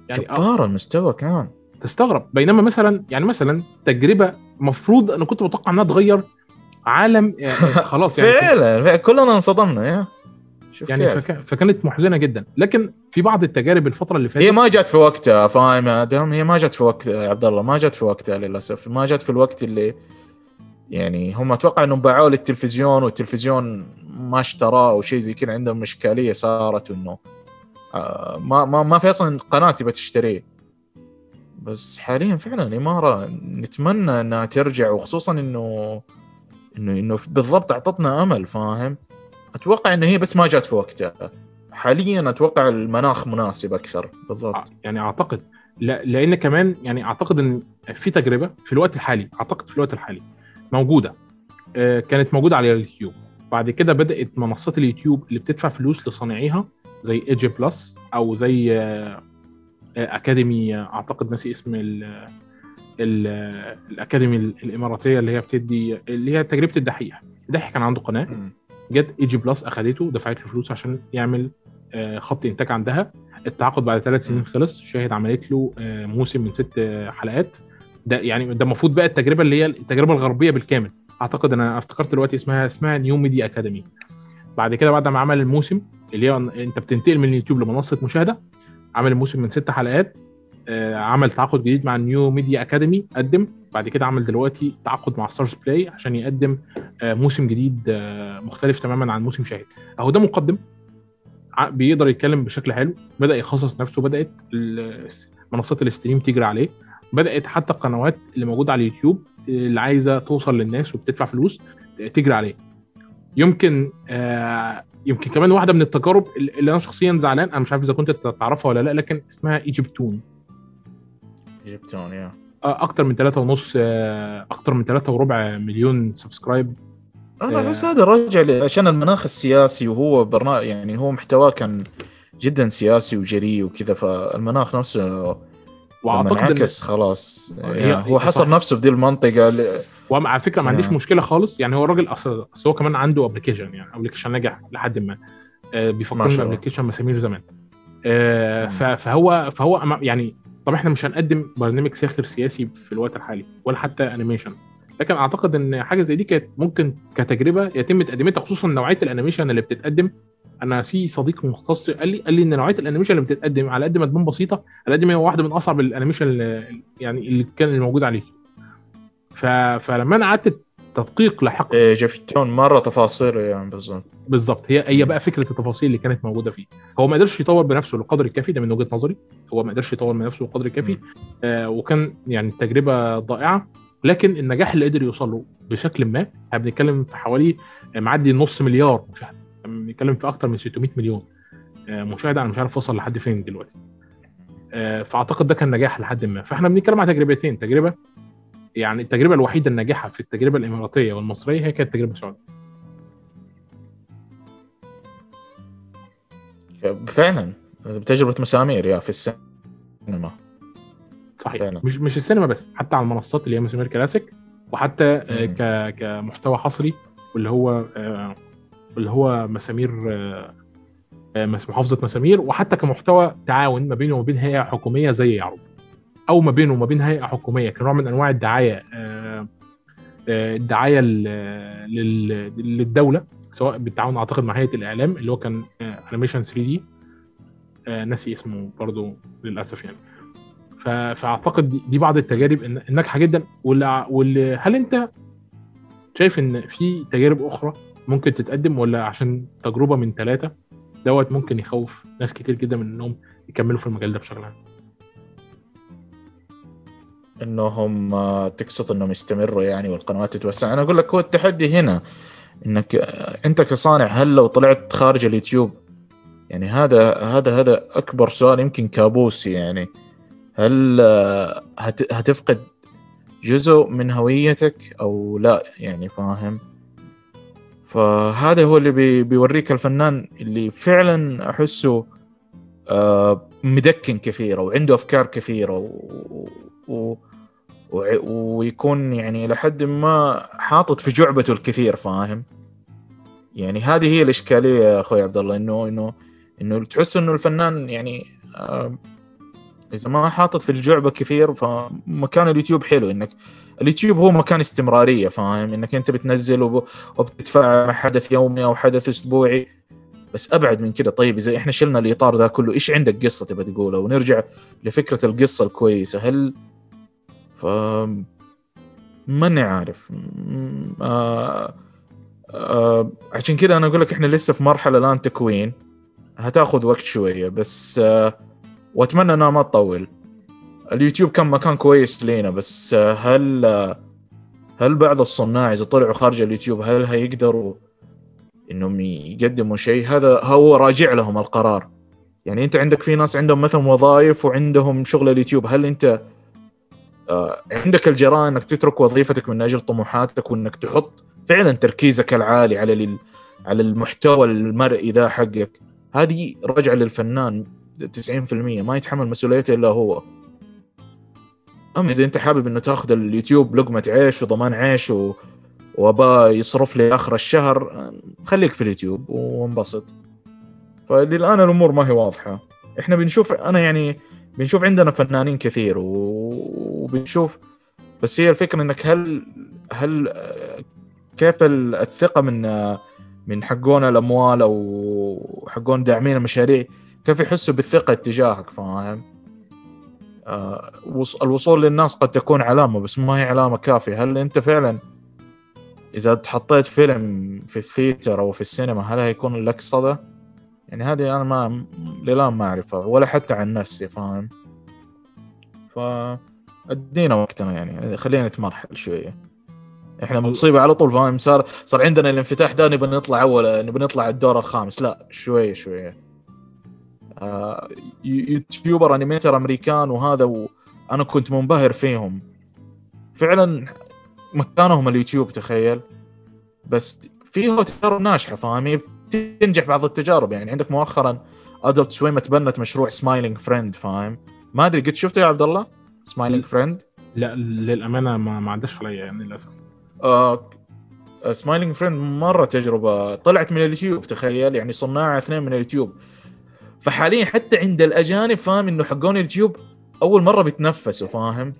يعني جبار المستوى كان تستغرب. بينما مثلا تجربه مفروض انا كنت متوقع انها تغير عالم خلاص يعني فعلا كلنا انصدمنا يا شوف يعني كيف فكانت محزنه جدا. لكن في بعض التجارب الفتره اللي هي فاتت ما جت في وقتها، فاهم يا ادم؟ هي ما جت في وقت عبد الله، ما جت في وقتها للاسف، ما جت في الوقت اللي يعني هم اتوقع انهم باعوا للتلفزيون والتلفزيون ما اشتراه او شيء زي كذا، عندهم اشكاليه صارت انه ما في اصلا قناه تبى تشتريه. بس حاليا فعلا الاماره نتمنى انها ترجع، وخصوصا انه بالضبط اعطتنا امل، فاهم؟ اتوقع انه هي بس ما جت في وقتها. حاليا اتوقع المناخ مناسب اكثر. بالضبط يعني اعتقد لان كمان يعني اعتقد ان في تجربه في الوقت الحالي، اعتقد في الوقت الحالي موجوده، كانت موجوده على اليوتيوب. بعد كده بدات منصات اليوتيوب اللي بتدفع فلوس لصانعيها زي ايجي بلس او زي اكاديمي، اعتقد ناسي اسم ال الاكاديمي الاماراتيه اللي هي بتدي اللي هي تجربه الدحيح. الدحيح كان عنده قناه، جت ايجي بلس اخذته دفعت له فلوس عشان يعمل خط انتاج عندها. التعاقد بعد 3 سنين خلص، شاهد عملت له موسم من 6 حلقات. ده يعني ده المفروض بقى التجربه اللي هي التجربه الغربيه بالكامل. اعتقد انا افتكرت دلوقتي اسمها نيو ميديا اكاديمي. بعد كده بعد ما عمل الموسم اللي هي انت بتنتقل من اليوتيوب لمنصه مشاهده، عمل الموسم من 6 حلقات، عمل تعاقد جديد مع نيو ميديا اكاديمي، قدم. بعد كده عمل دلوقتي تعاقد مع ستارز بلاي عشان يقدم موسم جديد مختلف تماما عن موسم شاهد. اهو ده مقدم بيقدر يتكلم بشكل حلو، بدا يخصص نفسه، بدات منصات الاستريم تجري عليه، بدات حتى القنوات اللي موجوده على اليوتيوب اللي عايزه توصل للناس وبتدفع فلوس تجري عليه. يمكن كمان واحده من التجارب اللي انا شخصيا زعلان، انا مش عارف اذا كنت تعرفها ولا لا، لكن اسمها ايجيبتون. يا اكتر من 3.5 اكتر من 3.25 مليون سبسكرايب. انا احس هذا راجع عشان المناخ السياسي، وهو برنامج يعني هو محتواه كان جدا سياسي وجريء وكذا، فالمناخ نفسه لما واعتقد ان انعكس خلاص هو هي حصر صح. نفسه في دي المنطقة وعلى فكره ما عنديش مشكله خالص، يعني هو الراجل اصل هو كمان عنده ابلكيشن، يعني ابلكيشن نجح لحد ما ما بيفكرني شاء الله. بابلكيشن مسامير زمان. فهو يعني طب احنا مش هنقدم برنامج ساخر سياسي في الوقت الحالي ولا حتى انيميشن، لكن اعتقد ان حاجه زي دي كانت ممكن كتجربه يتم تقديمها، خصوصا نوعيه الانيميشن اللي بتتقدم. انا في صديق مختص قال لي ان نوعيه الانيميشن اللي بتتقدم على قد ما تبان بسيطه، على قد ما هي واحده من اصعب الانيميشن يعني اللي كان موجود عليه. فلما انا قعدت تدقيق لاحقا جبتون مرة تفاصيل يعني بالظبط، هي بقى فكره التفاصيل اللي كانت موجوده فيه. هو ما قدرش يطور بنفسه للقدر الكافي، ده من وجهه نظري. هو ما قدرش يطور بنفسه للقدر الكافي، وكان يعني التجربه ضائعه. لكن النجاح اللي قدر يوصل له بشكل ما، احنا بنتكلم في حوالي معدي نص مليار مشاهده، بنتكلم في اكتر من 600 مليون مشاهده. انا مش عارف وصل لحد فين دلوقتي. فاعتقد ده كان نجاح لحد ما. فاحنا بنتكلم على تجربتين، تجربه يعني التجربه الوحيده الناجحه في التجربه الاماراتيه والمصريه هي كانت تجربه السعوديه. فعلا بتجربة مسامير يا في السينما. صحيح فعلا. مش السينما بس، حتى على المنصات اللي هي مسامير كلاسيك، وحتى كمحتوى حصري، واللي هو اللي هو مسامير محافظه مسامير، وحتى كمحتوى تعاون ما بينه وبين هيئه حكوميه زي يعرب، او ما بينه وما بين هيئه حكوميه كنوع من انواع الدعايه، الدعايه للدوله، سواء بالتعاون اعتقد مع هيئه الاعلام اللي هو كان انيميشن 3 دي، ناسي اسمه برضو للاسف يعني. فاعتقد دي بعض التجارب الناجحه جدا. واللي هل انت شايف ان في تجارب اخرى ممكن تتقدم، ولا عشان تجربه من 3 دوت ممكن يخوف ناس كتير جدا من انهم يكملوا في المجال ده بشكل عام؟ انهم تقصد انهم يستمروا يعني والقنوات تتوسع. انا اقول لك هو التحدي هنا انك انت كصانع، هل لو طلعت خارج اليوتيوب، يعني هذا اكبر سؤال، يمكن كابوس يعني. هل هتفقد جزء من هويتك او لا؟ يعني فاهم. فهذا هو اللي بيوريك الفنان اللي فعلا احسه مدكن كثيرة وعنده افكار كثيرة و... ويكون يعني لحد ما حاطط في جعبته الكثير، فاهم؟ يعني هذه هي الإشكالية يا أخوي عبد الله، إنه تحس إنه الفنان يعني اذا ما حاطط في الجعبه كثير، فمكان اليوتيوب حلو، انك اليوتيوب هو مكان استمراريه، فاهم؟ انك انت بتنزل وبتتفاعل مع حدث يومي او حدث اسبوعي، بس ابعد من كده. طيب اذا احنا شلنا الاطار ذا كله، ايش عندك قصه تبى تقولها؟ ونرجع لفكره القصه الكويسه. هل ف ماني عارف. عشان كده انا اقول لك احنا لسه في مرحله الان تكوين، هتاخذ وقت شويه، بس واتمنى انها ما تطول. اليوتيوب كان مكان كويس لينا، بس هل بعض الصناع اذا طلعوا خارج اليوتيوب هل هيقدروا انهم يقدموا شيء؟ هذا هو راجع لهم القرار. يعني انت عندك في ناس عندهم مثلا وظائف وعندهم شغل اليوتيوب، هل انت عندك الجرأة انك تترك وظيفتك من اجل طموحاتك، وانك تحط فعلا تركيزك العالي على المحتوى المرئي ذا حقك؟ هذه رجعة للفنان 90%، ما يتحمل مسؤوليته الا هو. اما اذا انت حابب انه تاخذ اليوتيوب لقمة عيش وضمان عيش وابا يصرف لي اخر الشهر، خليك في اليوتيوب وانبسط. فللآن الامور ما هي واضحة. احنا بنشوف، انا يعني بنشوف عندنا فنانين كثير وبنشوف، بس هي الفكرة انك هل كيف الثقة من حقون الاموال او حقون داعمين المشاريع، كيف يحسوا بالثقة اتجاهك، فاهم؟ الوصول للناس قد تكون علامة، بس ما هي علامة كافية. هل انت فعلا اذا تحطيت فيلم في الثيتر او في السينما هل هيكون لك صدى؟ يعني هذه انا ما للان ما اعرفها ولا حتى عن نفسي، فاهم؟ ادينا وقتنا، يعني خلينا نتمرحل شويه. احنا مصيبه على طول، فاهم؟ صار عندنا الانفتاح ده، نبي نطلع الدور الخامس. لا، شويه يوتيوبر انيميتر امريكان وهذا، انا كنت منبهر فيهم فعلا، مكانهم اليوتيوب، تخيل. بس فيه تجارب ناجحه، فاهم؟ تنجح بعض التجارب. يعني عندك مؤخرا ادلت سويم تبنت مشروع سمايلينج فريند، فاهم؟ ما ادري قد شفته يا عبد الله سمايلينج فريند؟ لا للامانه ما عداش عليا يعني للاسف. سمايلينج فريند مره تجربه طلعت من اليوتيوب، تخيل. يعني صناعها 2 من اليوتيوب. فحاليا حتى عند الاجانب، فاهم انه حقون اليوتيوب اول مره بيتنفسوا، فاهم؟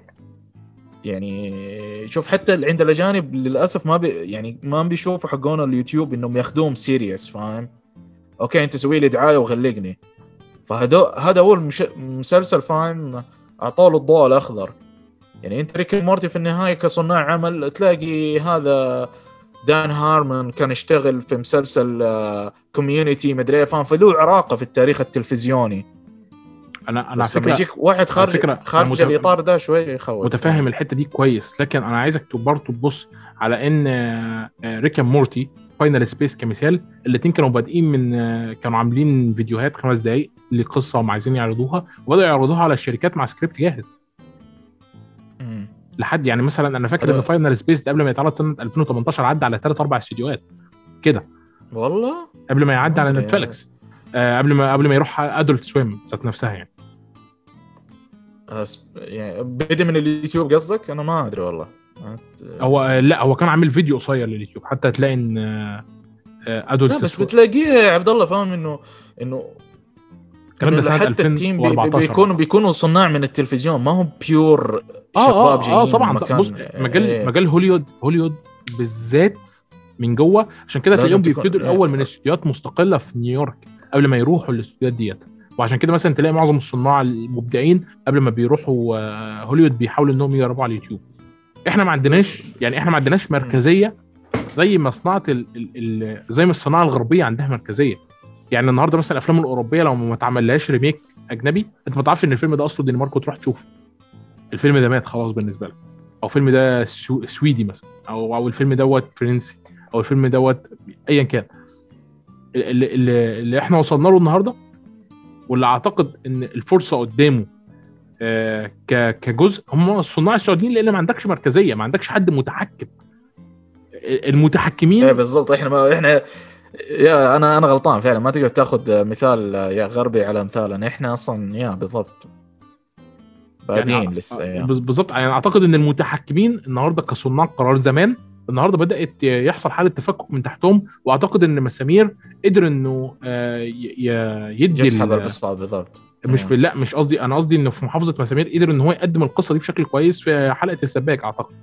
يعني شوف حتى عند الاجانب للاسف يعني ما بيشوفوا حقون اليوتيوب انهم ياخذوهم سيريس، فاهم؟ اوكي انت سوي لي دعايه وغلقني. هذا اول مسلسل، فاهم؟ اعطوا له الضوء الاخضر. يعني انت ريك مورتي في النهايه كصناع عمل، تلاقي هذا دان هارمون كان يشتغل في مسلسل كوميونيتي مدري، فاهم؟ فله عراقه في التاريخ التلفزيوني. انا على بس لما فكره يجيك واحد خارج الاطار ده شويه يخوف. متفاهم الحته دي كويس، لكن انا عايزك برضه تبص على ان ريك مورتي فاينل سبيس كمثال، الاثنين كانوا بادئين من كانوا عاملين فيديوهات 5 دقائق لقصه وما عايزين يعرضوها، وبداوا يعرضوها على الشركات مع سكريبت جاهز. لحد يعني مثلا انا فاكر ان فاينل سبيس ده قبل ما يتعرض سنه 2018 عدى على 3-4 استديوهات كده، والله قبل ما يعدي على نتفليكس. قبل ما يروح ادلت سويم ذات نفسها يعني. يعني بدي من اليوتيوب قصدك؟ انا ما ادري والله. لا هو كان عامل فيديو قصير لليوتيوب، حتى تلاقي ان ادلت. لا بس بتلاقيه يا عبد الله، فاهم انه الكلام ده سنه حتى 2014 التيم بيكونوا صناع من التلفزيون، ما هم بيور شباب جايين طبعا من مكان. بص مجال هوليوود بالذات من جوه، عشان كده تلاقيهم بيبتدوا الاول من استديوهات مستقله في نيويورك قبل ما يروحوا الاستديوهات ديت. وعشان كده مثلا تلاقي معظم الصناع المبدعين قبل ما بيروحوا هوليوود بيحاولوا انهم يجربوا على اليوتيوب. احنا ما عندناش مركزيه زي ما صناعه زي ما الصناعه الغربيه عندها مركزيه. يعني النهارده مثلا الافلام الاوروبيه لو ما اتعملهاش ريميك اجنبي، انت ما تعرفش ان الفيلم ده اصله دنمارك وتروح تشوفه، الفيلم ده مات خلاص بالنسبه لك. او الفيلم ده سويدي مثلا، او الفيلم دوت فرنسي، او الفيلم دوت ايا كان. اللي احنا وصلنا له النهارده، واللي اعتقد ان الفرصه قدامه كجزء، هم الصناع السعوديين، لان ما عندكش مركزيه، ما عندكش حد متحكم. المتحكمين بالضبط. احنا يا انا غلطان فعلا، ما تقدر تاخذ مثال يا غربي على مثالنا. احنا اصلا بالضبط بعدين يعني لسه بالضبط. يعني اعتقد ان المتحكمين النهارده كصناع قرار زمان، النهارده بدات يحصل حاله تفكك من تحتهم. واعتقد ان مسامير قدر انه يدي يسحب البساط بالضبط مش إيه. لا مش قصدي، انا قصدي انه في محافظه مسامير قدر ان هو يقدم القصه دي بشكل كويس في حلقه السباك اعتقد.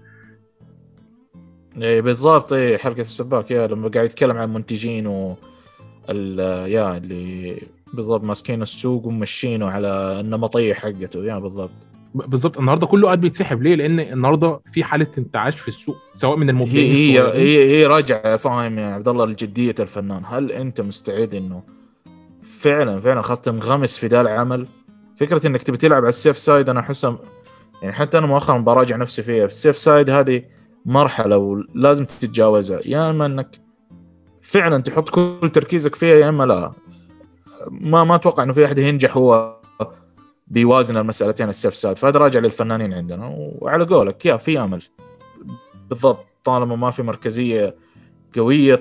إيه بالضبط. إيه حلقة السباك، يا لما قاعد يتكلم عن المنتجين يا اللي بالضبط ماسكين السوق وممشينه على النمطية حقته، يا بالضبط. بالظبط. النهارده كله قاعد بيتسحب ليه؟ لان النهارده في حاله انتعاش في السوق سواء من هي المبدعين هي الصغيرين. هي راجعة، فاهم يا عبد الله، لجدية الفنان. هل أنت مستعد إنه فعلا خاصة انغمس في ذا العمل؟ فكرة إنك تبي تلعب على السيف سايد أنا أحسها، يعني حتى أنا مؤخرا براجع نفسي فيها. في السيف سايد هذه مرحلة ولازم تتجاوزها، يا إما إنك فعلا تحط كل تركيزك فيها، يا إما لا. ما أتوقع إنه في أحد ينجح هو بيوازن المسألتين السيف سايد. فهذا راجع للفنانين عندنا، وعلى قولك يا في أمل بالضبط. طالما ما في مركزية قوية،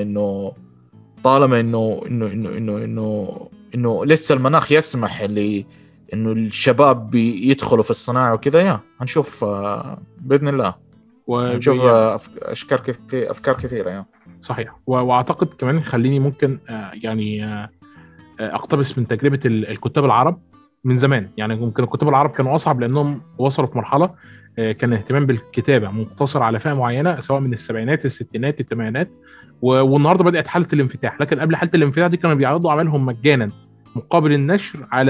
طالما انه لسه المناخ يسمح انه الشباب بيدخلوا في الصناعة وكذا، يا هنشوف بإذن الله. هنشوف ويعني افكار كثيرة يا. صحيح. واعتقد كمان خليني ممكن يعني اقتبس من تجربه الكتاب العرب من زمان. يعني ممكن الكتاب العرب كانوا اصعب لانهم وصلوا في مرحله كان الاهتمام بالكتابه مقتصر على فئه معينه سواء من السبعينات الستينات الثمانينات، والنهارده بدات حاله الانفتاح. لكن قبل حاله الانفتاح دي كانوا بيعرضوا اعمالهم مجانا مقابل النشر على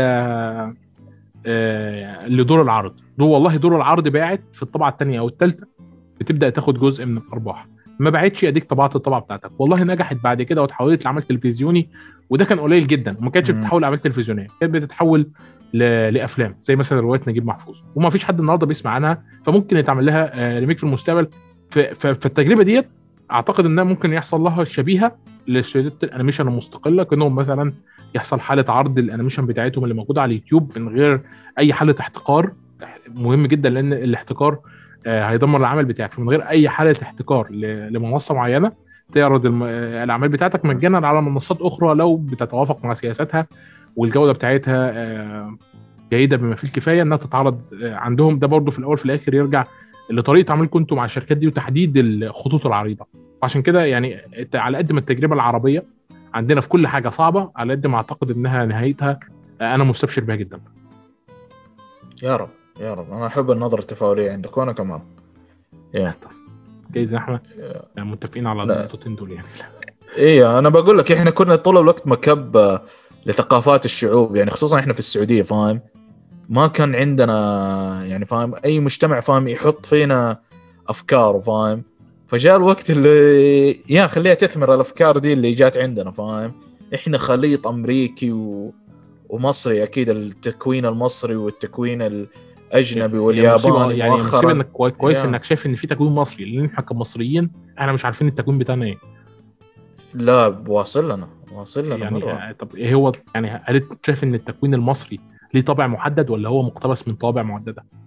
لدور العرض. والله دور العرض باعت في الطبعه الثانيه او الثالثه بتبدا تاخد جزء من الارباح. ما باعتش اديك طبعت الطبعه بتاعتك، والله نجحت بعد كده وتحولت لعمل تلفزيوني، وده كان قليل جدا. وما كانتش بتتحول لاعمال تلفزيونيه، كانت بتتحول لافلام زي مثلا روايه نجيب محفوظ، وما فيش حد النهارده بيسمع عنها، فممكن يتعمل لها ريميك في المستقبل. فالتجربه ديت اعتقد انها ممكن يحصل لها شبيهه للشركات الانيميشن المستقله، كانهم مثلا يحصل حاله عرض الانيميشن بتاعتهم اللي موجوده على اليوتيوب من غير اي حاله احتكار. مهم جدا لان الاحتكار هيدمر العمل بتاعك. فمن غير اي حاله احتكار لمنصه معينه تعرض الاعمال بتاعتك مجانا على منصات اخرى لو بتتوافق مع سياساتها والجوده بتاعتها جيده بما فيه الكفايه انها تتعرض عندهم. ده برضو في الاول في الاخر يرجع لطريقه عملكم انتم مع الشركات دي وتحديد الخطوط العريضه. عشان كده يعني على قد ما التجربه العربيه عندنا في كل حاجه صعبه، على قد ما اعتقد انها نهايتها انا مستبشر بها جدا. يا رب يا رب، انا احب النظرة التفاؤلية عندك وانا كمان. جايز احنا متفقين على لا النقطتين دول يعني. ايه، انا بقول لك احنا كنا طول الوقت مكب لثقافات الشعوب، يعني خصوصا احنا في السعودية، فاهم؟ ما كان عندنا يعني فاهم اي مجتمع فاهم يحط فينا افكار، فاهم؟ فجاء الوقت اللي يا خليها تثمر الافكار دي اللي جات عندنا، فاهم؟ احنا خليط امريكي ومصري، اكيد التكوين المصري والتكوين الاجنبي هي مصيبه، والياباني يعني مصيبه مؤخرا. انك كويس يا انك شايف ان في تكوين مصري، لان احنا كمصريين احنا مش عارفين التكوين بتاعنا ايه. لا واصل لنا يعني مره. طب ايه هو؟ يعني هل انت شايف ان التكوين المصري ليه طابع محدد ولا هو مقتبس من طوابع معدده؟